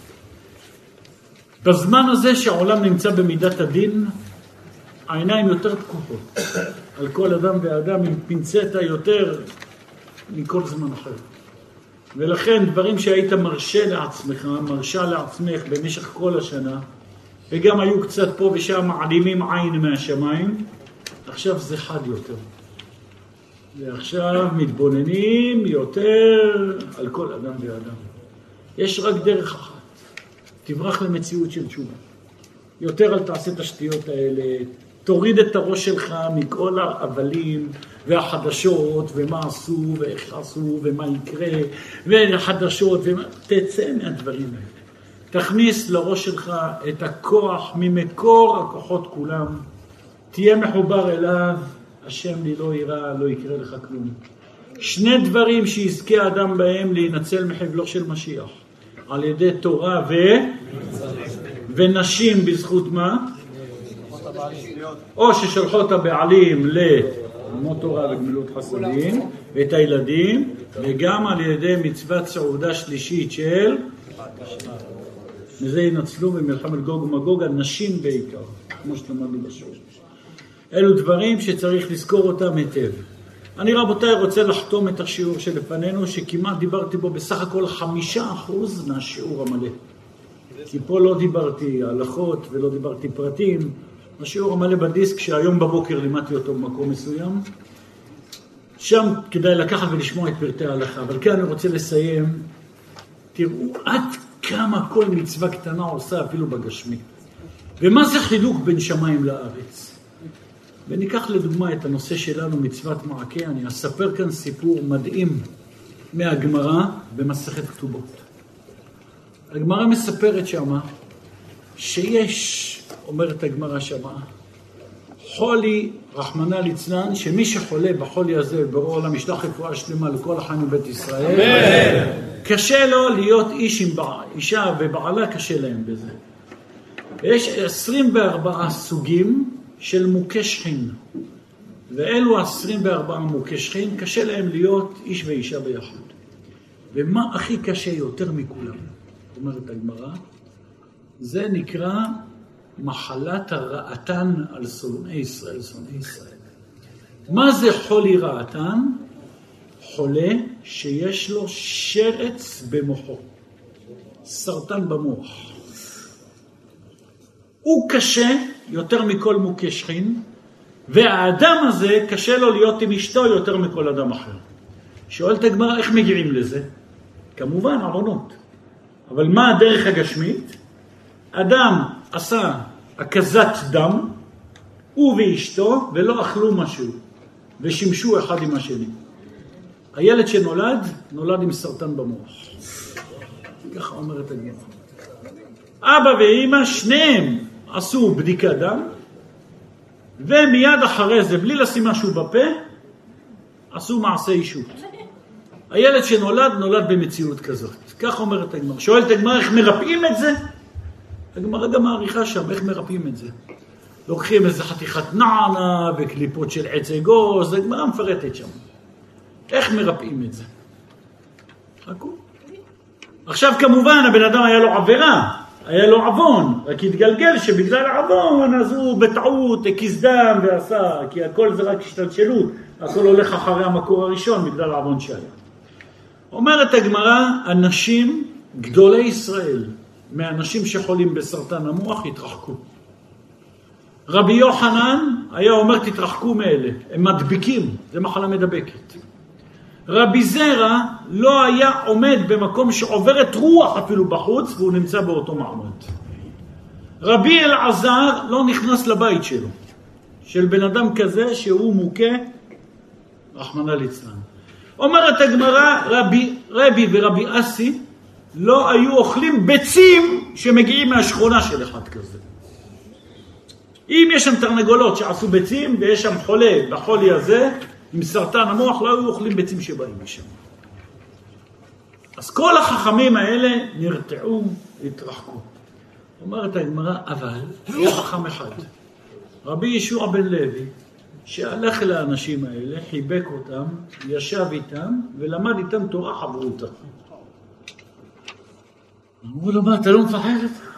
בזמן הזה שהעולם נמצא במידת הדין, העיניים יותר תקופות על כל אדם ואדם עם פינצטה יותר מכל זמן אחר. ולכן דברים שהיית מרשה לעצמך במשך כל השנה, וגם היו קצת פה ושם מעלימים עין מהשמיים, עכשיו זה חד יותר. ועכשיו מתבוננים יותר על כל אדם ואדם. יש רק דרך אחת, תברח למציאות של תשובה. יותר אל תעשה את השטויות האלה, תוריד את הראש שלך מכל ההבלים והחדשות ומה עשו ואיך עשו ומה יקרה והחדשות, תצא מהדברים האלה. תכניס לראש שלך את הכוח ממקור הכוחות כולם, תהיה מחובר אליו, השם לי לא יראה, לא יקרה לך כלום. שני דברים שיזכה האדם בהם להינצל מחבלו של משיח, על ידי תורה ונשים בזכות מה? או ששלחו את הבעלים ללמוד תורה וגמילות חסדים ואת הילדים, וגם על ידי מצוות סעודה שלישית של מזה ינצלו במלחמת גוג ומגוג, הנשים בעיקר, כמו שתלמדנו בשיעור. אלו דברים שצריך לזכור אותם היטב. אני רבותיי רוצה לחתום את השיעור שלפנינו, שכמעט דיברתי בו בסך הכל 5% מהשיעור המלא. כי פה לא דיברתי הלכות ולא דיברתי פרטים. השיעור המלא בדיסק שהיום בבוקר לימדתי אותו במקום מסוים. שם כדאי לקחת ולשמוע את פרטי ההלכה. אבל כאן אני רוצה לסיים. תראו עד כמה כל מצווה קטנה עושה אפילו בגשמי. ומה זה חילוק בין שמיים לארץ? וניקח לדוגמה את הנושא שלנו, מצוות מעקה. אני אספר כאן סיפור מדהים מהגמרא במסכת כתובות. הגמרא מספרת שמה שיש, אומרת הגמרא שמה, חולי רחמנא ליצלן, שמי שחולה בחולי הזה ברור עולם ישלח רפואה שלמה לכל החיים בבית ישראל. אמן. קשה לו להיות איש עם אישה ובעלה, קשה להם בזה. יש 24 סוגים של מוכי שכין, ואלו 24 מוכי שכין, קשה להם להיות איש ואישה ביחד. ומה הכי קשה יותר מכולם, אומרת הגמרא, זה נקרא מחלת הרעתן על שונאי ישראל, שונאי ישראל. מה זה חולי רעתן? חולה שיש לו שרץ במוחו, סרטן במוח. הוא קשה יותר מכל מוכה שכין, והאדם הזה קשה לו להיות עם אשתו יותר מכל אדם אחר. שואלת הגמרא, איך מגיעים לזה? כמובן, עוונות. אבל מה הדרך הגשמית? אדם עשה הקזת דם, הוא ואשתו, ולא אכלו משהו, ושימשו אחד עם השני. הילד שנולד, נולד עם סרטן במוח. ככה אומרת הגמרא. אבא ואמא, שניהם עשו בדיקת דם, ומיד אחרי זה, בלי לשים משהו בפה, עשו מעשה אישות. הילד שנולד, נולד במציאות כזאת. כך אומרת הגמרא. שואלת הגמרא, איך מרפאים את זה? הגמרא גם מעריכה שם, איך מרפאים את זה? לוקחים איזה חתיכת נענה וקליפות של עץ אגוז, הגמרא מפרטת שם. איך מרפאים את זה? חכו. עכשיו כמובן הבן אדם היה לו עבירה, היה לו עוון, רק התגלגל שבגלל העוון אז הוא בטעות הקיס דם ועשה, כי הכל זה רק השתלשלות, הכל הולך אחרי המקור הראשון בגלל העוון שהיה. אומרת הגמרא, אנשים גדולי ישראל, מהאנשים שחולים בסרטן המוח, התרחקו. רבי יוחנן היה אומר תתרחקו מאלה, הם מדביקים, זה מחלה מדבקת. רבי זרע לא היה עומד במקום שעוברת רוח אפילו בחוץ, והוא נמצא באותו מעמד. רבי אלעזר לא נכנס לבית שלו, של בן אדם כזה שהוא מוכה, רחמנא ליצלן. אומרת הגמרא, רבי ורבי אסי לא היו אוכלים ביצים שמגיעים מהשכונה של אחד כזה. אם יש שם תרנגולות שעשו ביצים ויש שם חולה בחולי הזה עם סרטן המוח, לא היו אוכלים ביצים שבאים משם. אז כל החכמים האלה נרתעו, התרחקו. אומרת הגמרא, אבל היה חכם אחד, רבי ישוע בן לוי, שהלך אל האנשים האלה, חיבק אותם, ישב איתם ולמד איתם תורה חברותא. אמרו לו, מה, אתה לא מפחד?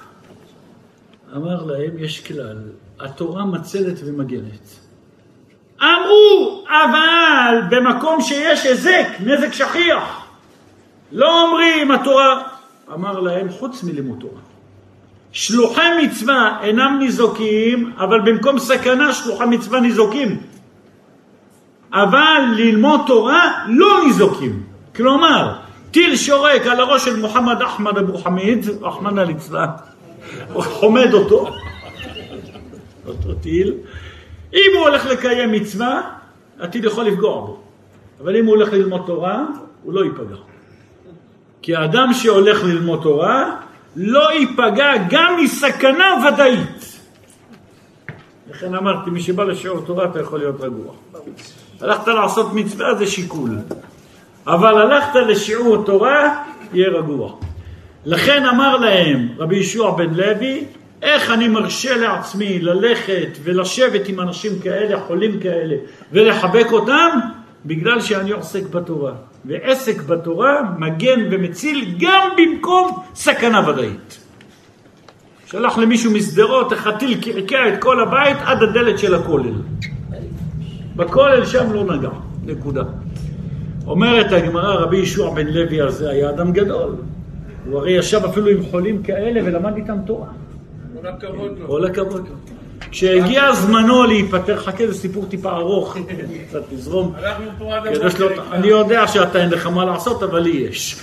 אמר להם, יש כלל, התורה מצלת ומגנת. אמרו, אבל במקום שיש הזק, נזק שכיח, לא אומרים התורה. אמר להם, חוץ מלימוד תורה. שלוחי מצווה אינם ניזוקים, אבל במקום סכנה שלוחי מצווה ניזוקים. אבל ללמוד תורה לא ניזוקים. כלומר, טיל שורק על הראש של מוחמד אחמד אבו חמיד, רחמנא ליצלן, הוא חומד אותו טיל. אם הוא הולך לקיים מצווה, הטיל יכול לפגוע בו. אבל אם הוא הולך ללמוד תורה, הוא לא ייפגע. כי האדם שהולך ללמוד תורה, לא ייפגע גם מסכנה ודאית. לכן אמרתי, מי שבא לשיעור תורה, אתה יכול להיות רגוע. הלכת לעשות מצווה, זה שיקול. אבל הלכת לשיעור תורה, יהיה רגוע. לכן אמר להם רבי ישוע בן לוי, איך אני מרשה לעצמי ללכת ולשבת עם אנשים כאלה, חולים כאלה, ולחבק אותם? בגלל שאני עוסק בתורה. ועסק בתורה מגן ומציל גם במקום סכנה ודאית. שלח למישהו מסדרות, החתיל קרקע את כל הבית עד הדלת של הכולל. בכולל שם לא נגע, נקודה. אומרת הגמרא, רבי ישוע בן לוי הזה היה אדם גדול. הוא הרי ישב אפילו עם חולים כאלה ולמד איתם תורה. כל הכבוד לו. כשהגיע זמנו להיפטר, חכה, זה סיפור טיפה ארוך, קצת לזרום. אני יודע שאתה אין לך מה לעשות, אבל לי יש.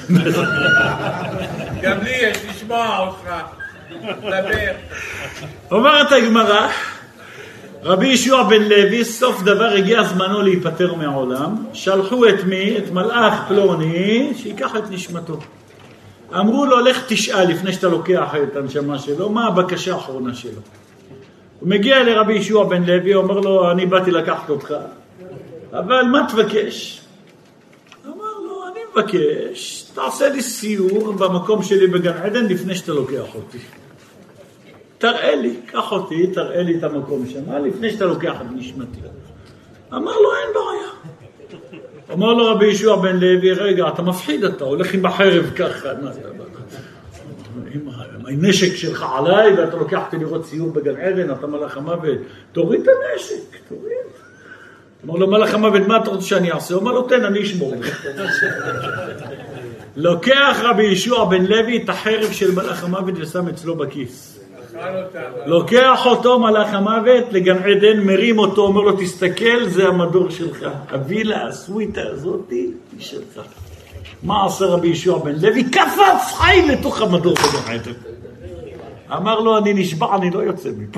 גם לי יש, לשמוע אותך. דבר. אומרת הגמרא, רבי ישוע בן לוי, סוף דבר הגיע זמנו להיפטר מהעולם, שלחו את מי? את מלאך פלוני, שיקח את נשמתו. אמרו לו, לך תשאל לפני שאתה לוקח את הנשמה שלו, מה הבקשה האחרונה שלו. הוא מגיע לרבי ישוע בן לוי, אומר לו, אני באתי לקחת אותך, אבל מה תבקש? אמר לו, אני מבקש, תעשה לי סיור במקום שלי בגן עדן לפני שאתה לוקח אותי. תראה לי, קח אותי, תראה לי את המקום שם, לפני שאתה לוקח את נשמתי. אמר לו, אין בעיה. אמר לו רבי ישוע בן לוי, רגע, אתה מפחיד, אתה הולך עם בחרב ככה, עם הנשק שלך עליי, ואתה לוקח אותי לראות סיור בגן עדן, אתה מלאך המוות, תוריד את הנשק, תוריד. אמר לו, מלאך המוות, מה אתה רוצה שאני אעשה? אמר לו, תן, אני אשמור. לוקח רבי ישוע בן לוי את החרב של מלאך המוות ושם אצלו בכיס. לוקח אותו מלאך המוות לגן עדן, מרים אותו, אומר לו, תסתכל, זה המדור שלך. הווילה, הסוויטה הזאת, היא שלך. מה עשה רבי ישוע בן לוי? קפץ חי לתוך המדור בגן עדן. אמר לו, אני נשבע, אני לא יוצא מפה.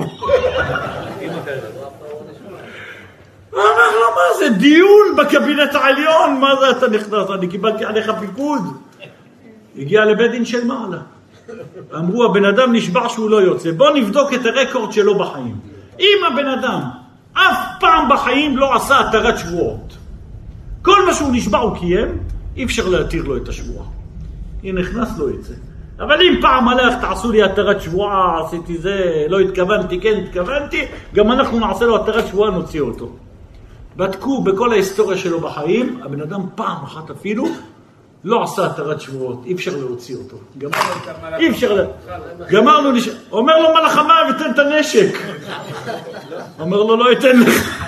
אמר לו, מה זה? דיון בקבינט העליון? מה זה אתה נכנס? אני קיבלתי עליך פיקוד. הגיע לבית דין של מעלה. אמרו, הבן אדם נשבע שהוא לא יוצא. בוא נבדוק את הרקורד שלו בחיים. אם הבן אדם אף פעם בחיים לא עשה התרת שבועות, כל מה שהוא נשבע הוא קיים, אי אפשר להתיר לו את השבועה. הנה נכנס לו את זה. אבל אם פעם הלך, תעשו לי התרת שבועה, עשיתי זה, לא התכוונתי, כן התכוונתי, גם אנחנו נעשה לו התרת שבועה, נוציא אותו. בדקו בכל ההיסטוריה שלו בחיים, הבן אדם פעם אחת אפילו לא עשה התרת שבועות, אי אפשר להוציא אותו. אי אפשר, גמרנו, אומר לו מלאך המוות, תן את הנשק. אומר לו, לא אתן לך.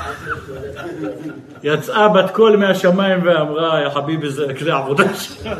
יצאה בת קול מהשמיים ואמרה, יא חביבי, זה עבודה שלך.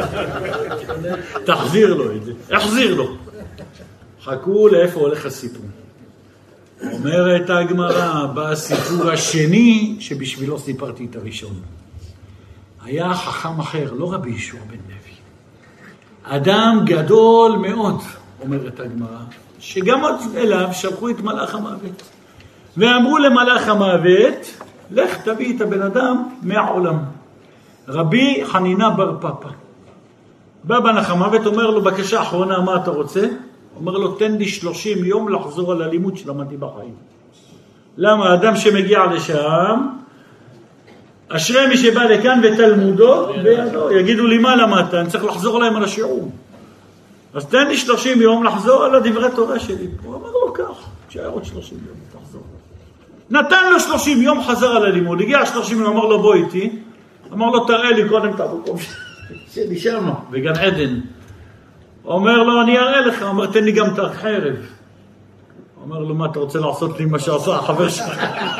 תחזיר לו את זה, החזיר לו. חכו לאיפה הולך הסיפור. אומרת הגמרא, בא הסיפור השני שבשבילו סיפרתי את הראשון. היה חכם אחר, לא רבי ישוע בן לוי. אדם גדול מאוד, אומרת הגמרא, שגם עוד אליו שלחו את מלאך המוות. ואמרו למלאך המוות, לך תביא את הבן אדם מהעולם. רבי חנינה בר פאפא. בא מלאך המוות, אומר לו, בקשה אחרונה, מה אתה רוצה? אומר לו, תן לי 30 יום לחזור על הלימוד שלמדתי בחיים. למה? האדם שמגיע לשם, אשרי מי שבא לכאן ותלמודו בידו. יגידו לי, מה למדת? אני צריך לחזור להם על השיעור. אז תן לי 30 יום לחזור על הדברי תורה שלי. הוא אמר לו כך, כשהיה עוד 30 יום, תחזור. נתן לו 30 יום, חזר על הלימוד. הגיע 30 יום, אמר לו, בוא איתי. אמר לו, תראה לי קודם את המקום שלי שמה, בגן עדן. אומר לו, אני אראה לך. אומר, תן לי גם את החרב. אומר לו, מה אתה רוצה לעשות לי מה שעשה החבר שלך?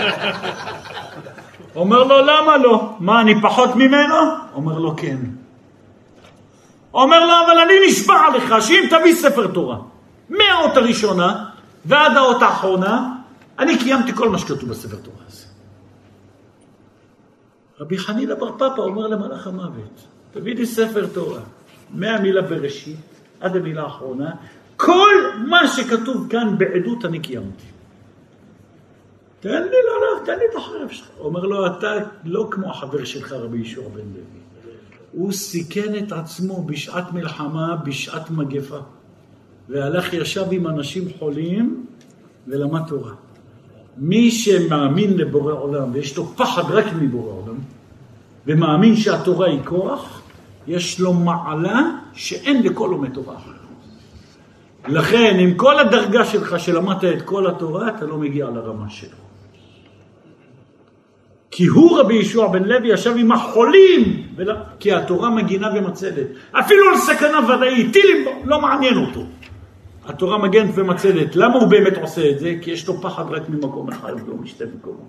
אומר לו, למה לא? מה, אני פחות ממנו? אומר לו, כן. אומר לו, אבל אני נשבע לך שאם תביא ספר תורה מהאות הראשונה ועד האות האחרונה, אני קיימתי כל מה שכתוב בספר תורה הזה. רבי חנינה בר פאפא אומר למלאך המוות, תביא לי ספר תורה מהמילה בראשית עד המילה האחרונה, כל מה שכתוב כאן בעדות אני קיימתי. תן לי, לא, תן לי את החרב שלך. אומר לו, אתה לא כמו החבר שלך רבי ישוע בן לוי. הוא סיכן את עצמו בשעת מלחמה, בשעת מגפה. והלך ישב עם אנשים חולים ולמד תורה. מי שמאמין לבורא עולם ויש לו פחד רק מבורא עולם, ומאמין שהתורה היא כוח, יש לו מעלה שאין לכל לומד תורה אחר. לכן, עם כל הדרגה שלך שלמדת את כל התורה, אתה לא מגיע לרמה שלו. כי הוא רבי ישוע בן לוי ישב עם החולים, כי התורה מגינה ומצלת. אפילו על סכנה ודאית, טילים לא מעניין אותו. התורה מגנת ומצלת. למה הוא באמת עושה את זה? כי יש לו פחד רק ממקום אחד, לא משתי מקומות.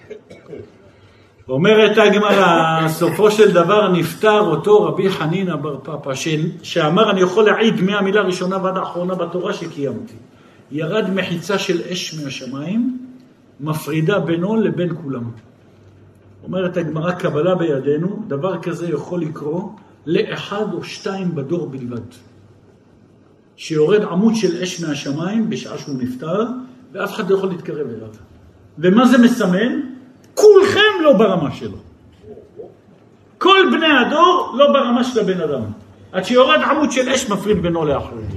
אומרת הגמרא, סופו של דבר נפטר אותו רבי חנינה בר פאפא, שאמר אני יכול להעיד מהמילה הראשונה ועד האחרונה בתורה שקיימתי. ירד מחיצה של אש מהשמיים, מפרידה בינו לבין כולם. אומרת הגמרא, קבלה בידינו, דבר כזה יכול לקרות לאחד או שתיים בדור בלבד. שיורד עמוד של אש מהשמיים בשעה שהוא נפטר, ואף אחד לא יכול להתקרב אליו. ומה זה מסמן? כולכם לא ברמה שלו. כל בני הדור לא ברמה של הבן אדם. עד שיורד עמוד של אש מפריד בינו לאחרים.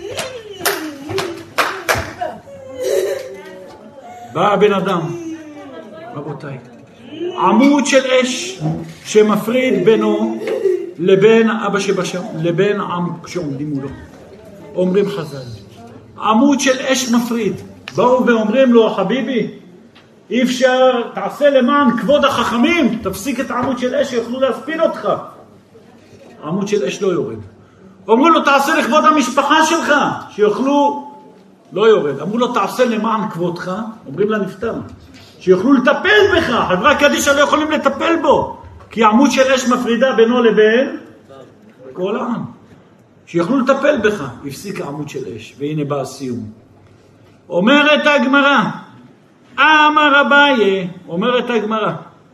בא הבן אדם, רבותיי, עמוד של אש שמפריד בינו לבין אבא שבשם, לבין עם שעומדים מולו. אומרים חז"ל, עמוד של אש מפריד. באו ואומרים לו, חביבי, אי אפשר, תעשה למען כבוד החכמים, תפסיק את העמוד של אש שיוכלו להספין אותך. העמוד של אש לא יורד. אמרו לו, תעשה לכבוד המשפחה שלך, שיוכלו, לא יורד. אמרו לו, תעשה למען כבודך, אומרים לנפטר, שיוכלו לטפל בך. חברה קדישה לא יכולים לטפל בו, כי העמוד של אש מפרידה בינו לבין כל העם. שיוכלו לטפל בך. הפסיק העמוד של אש, והנה בא הסיום. אומרת הגמרא, אמר אביי, אומרת הגמרא,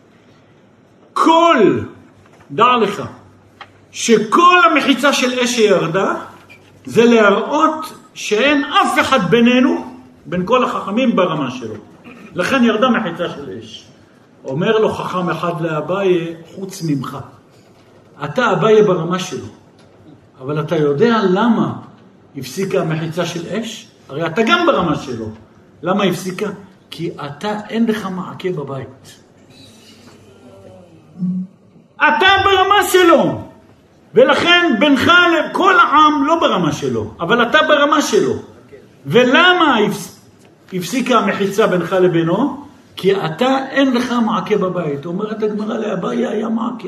דע לך, שכל המחיצה של אש שירדה, זה להראות שאין אף אחד בינינו, בין כל החכמים ברמה שלו. לכן ירדה מחיצה של אש. אומר לו חכם אחד לאביי, חוץ ממך. אתה אביי ברמה שלו. אבל אתה יודע למה הפסיקה המחיצה של אש? הרי אתה גם ברמה שלו. למה הפסיקה? כי אתה אין לך מעקה בבית. אתה ברמה שלו. ולכן בינך לכל העם לא ברמה שלו, אבל אתה ברמה שלו. ולמה הפסיקה המחיצה בינך לבינו? כי אתה אין לך מעקה בבית. אומרת הגמרא, לאביי היה מעקה.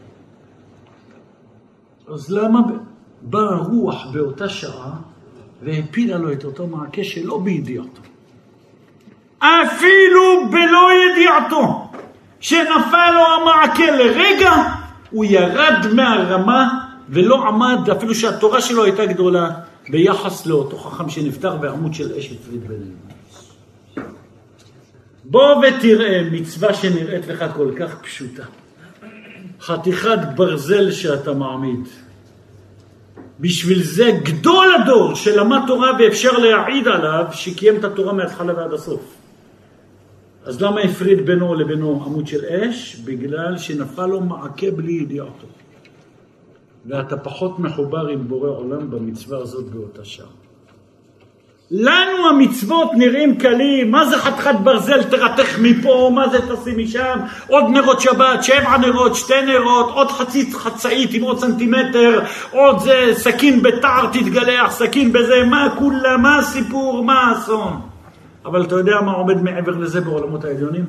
אז למה באה רוח באותה שעה והפילה לו את אותו מעקה שלא בידיעתו? אפילו בלא ידיעתו, שנפל לו המעקה לרגע, הוא ירד מהרמה ולא עמד, אפילו שהתורה שלו הייתה גדולה, ביחס לאותו חכם שנפטר בעמוד של אשת פריד בן אליעזר. בוא ותראה מצווה שנראית לך כל כך פשוטה. חתיכת ברזל שאתה מעמיד. בשביל זה גדול הדור שלמד תורה ואפשר להעיד עליו שקיים את התורה מההתחלה ועד הסוף. אז למה הפריד בינו לבינו עמוד של אש? בגלל שנפל לו מעקה בלי ידיעתו. ואתה פחות מחובר עם בורא עולם במצווה הזאת באותה שעה. לנו המצוות נראים קלים, מה זה חתיכת ברזל תרתך מפה, מה זה תשים משם, עוד נרות שבת, 7 נרות, 2 נרות, עוד חצאית עם עוד סנטימטר, עוד זה סכין בתער תתגלח, סכין בזה, מה כולה, מה הסיפור, מה האסון. אבל אתה יודע מה עומד מעבר לזה בעולמות העליונים?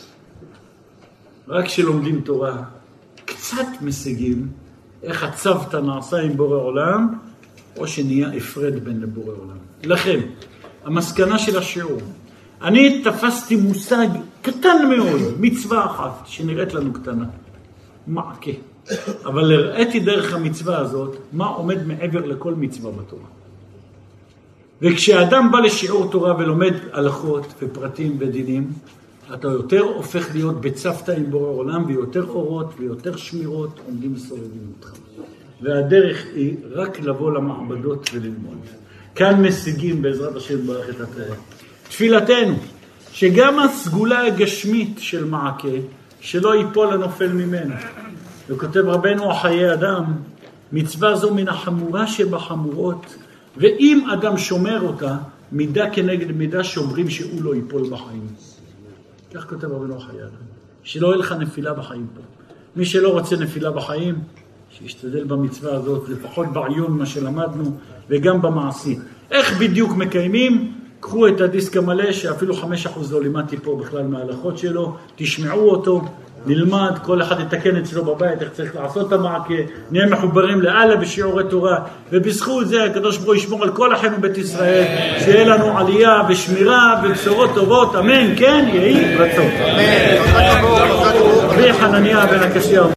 רק שלומדים תורה, קצת משיגים איך הצוותא נעשה עם בורא עולם, או שנהיה הפרד בין לבורא עולם. לכן, המסקנה של השיעור, אני תפסתי מושג קטן מאוד, מצווה אחת, שנראית לנו קטנה, מעקה. אבל הראיתי דרך המצווה הזאת, מה עומד מעבר לכל מצווה בתורה. וכשאדם בא לשיעור תורה ולומד הלכות ופרטים ודינים, אתה יותר הופך להיות בצוותא עם בורא עולם, ויותר אורות ויותר שמירות עומדים וסובבים אותך. והדרך היא רק לבוא למעבדות וללמוד. כאן משיגים בעזרת השם ברך את התורה. תפילתנו, שגם הסגולה הגשמית של מעקה, שלא ייפול הנופל ממנו. וכותב רבנו החיי אדם, מצווה זו מן החמורה שבחמורות, ואם אדם שומר אותה, מידה כנגד מידה שומרים שהוא לא ייפול בחיים. כך כותב רבנו החיי אדם. שלא יהיה לך נפילה בחיים פה. מי שלא רוצה נפילה בחיים, שישתדל במצווה הזאת, לפחות בעיון מה שלמדנו, וגם במעשי. איך בדיוק מקיימים? קחו את הדיסק המלא, שאפילו 5% לא לימדתי פה בכלל מההלכות שלו, תשמעו אותו, נלמד, כל אחד יתקן אצלו בבית, איך צריך לעשות את המעקה, נהיה מחוברים לאללה בשיעורי תורה, ובזכות זה הקדוש ברוך הוא ישמור על כל אחינו בית ישראל, שיהיה לנו עלייה ושמירה ובשורות טובות, אמן, כן, יהי רצון. אמן. וחנניה בן הקשיא